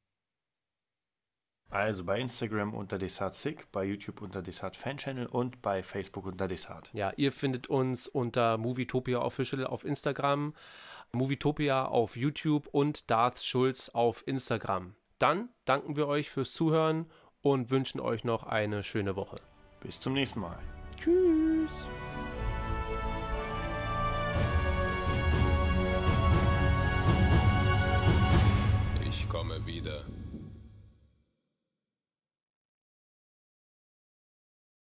Also bei Instagram unter DesartSick, bei YouTube unter Desart Fan Channel und bei Facebook unter Desart. Ja, ihr findet uns unter Movietopia Official auf Instagram, Movietopia auf YouTube und Darth Schulz auf Instagram. Dann danken wir euch fürs Zuhören und wünschen euch noch eine schöne Woche. Bis zum nächsten Mal.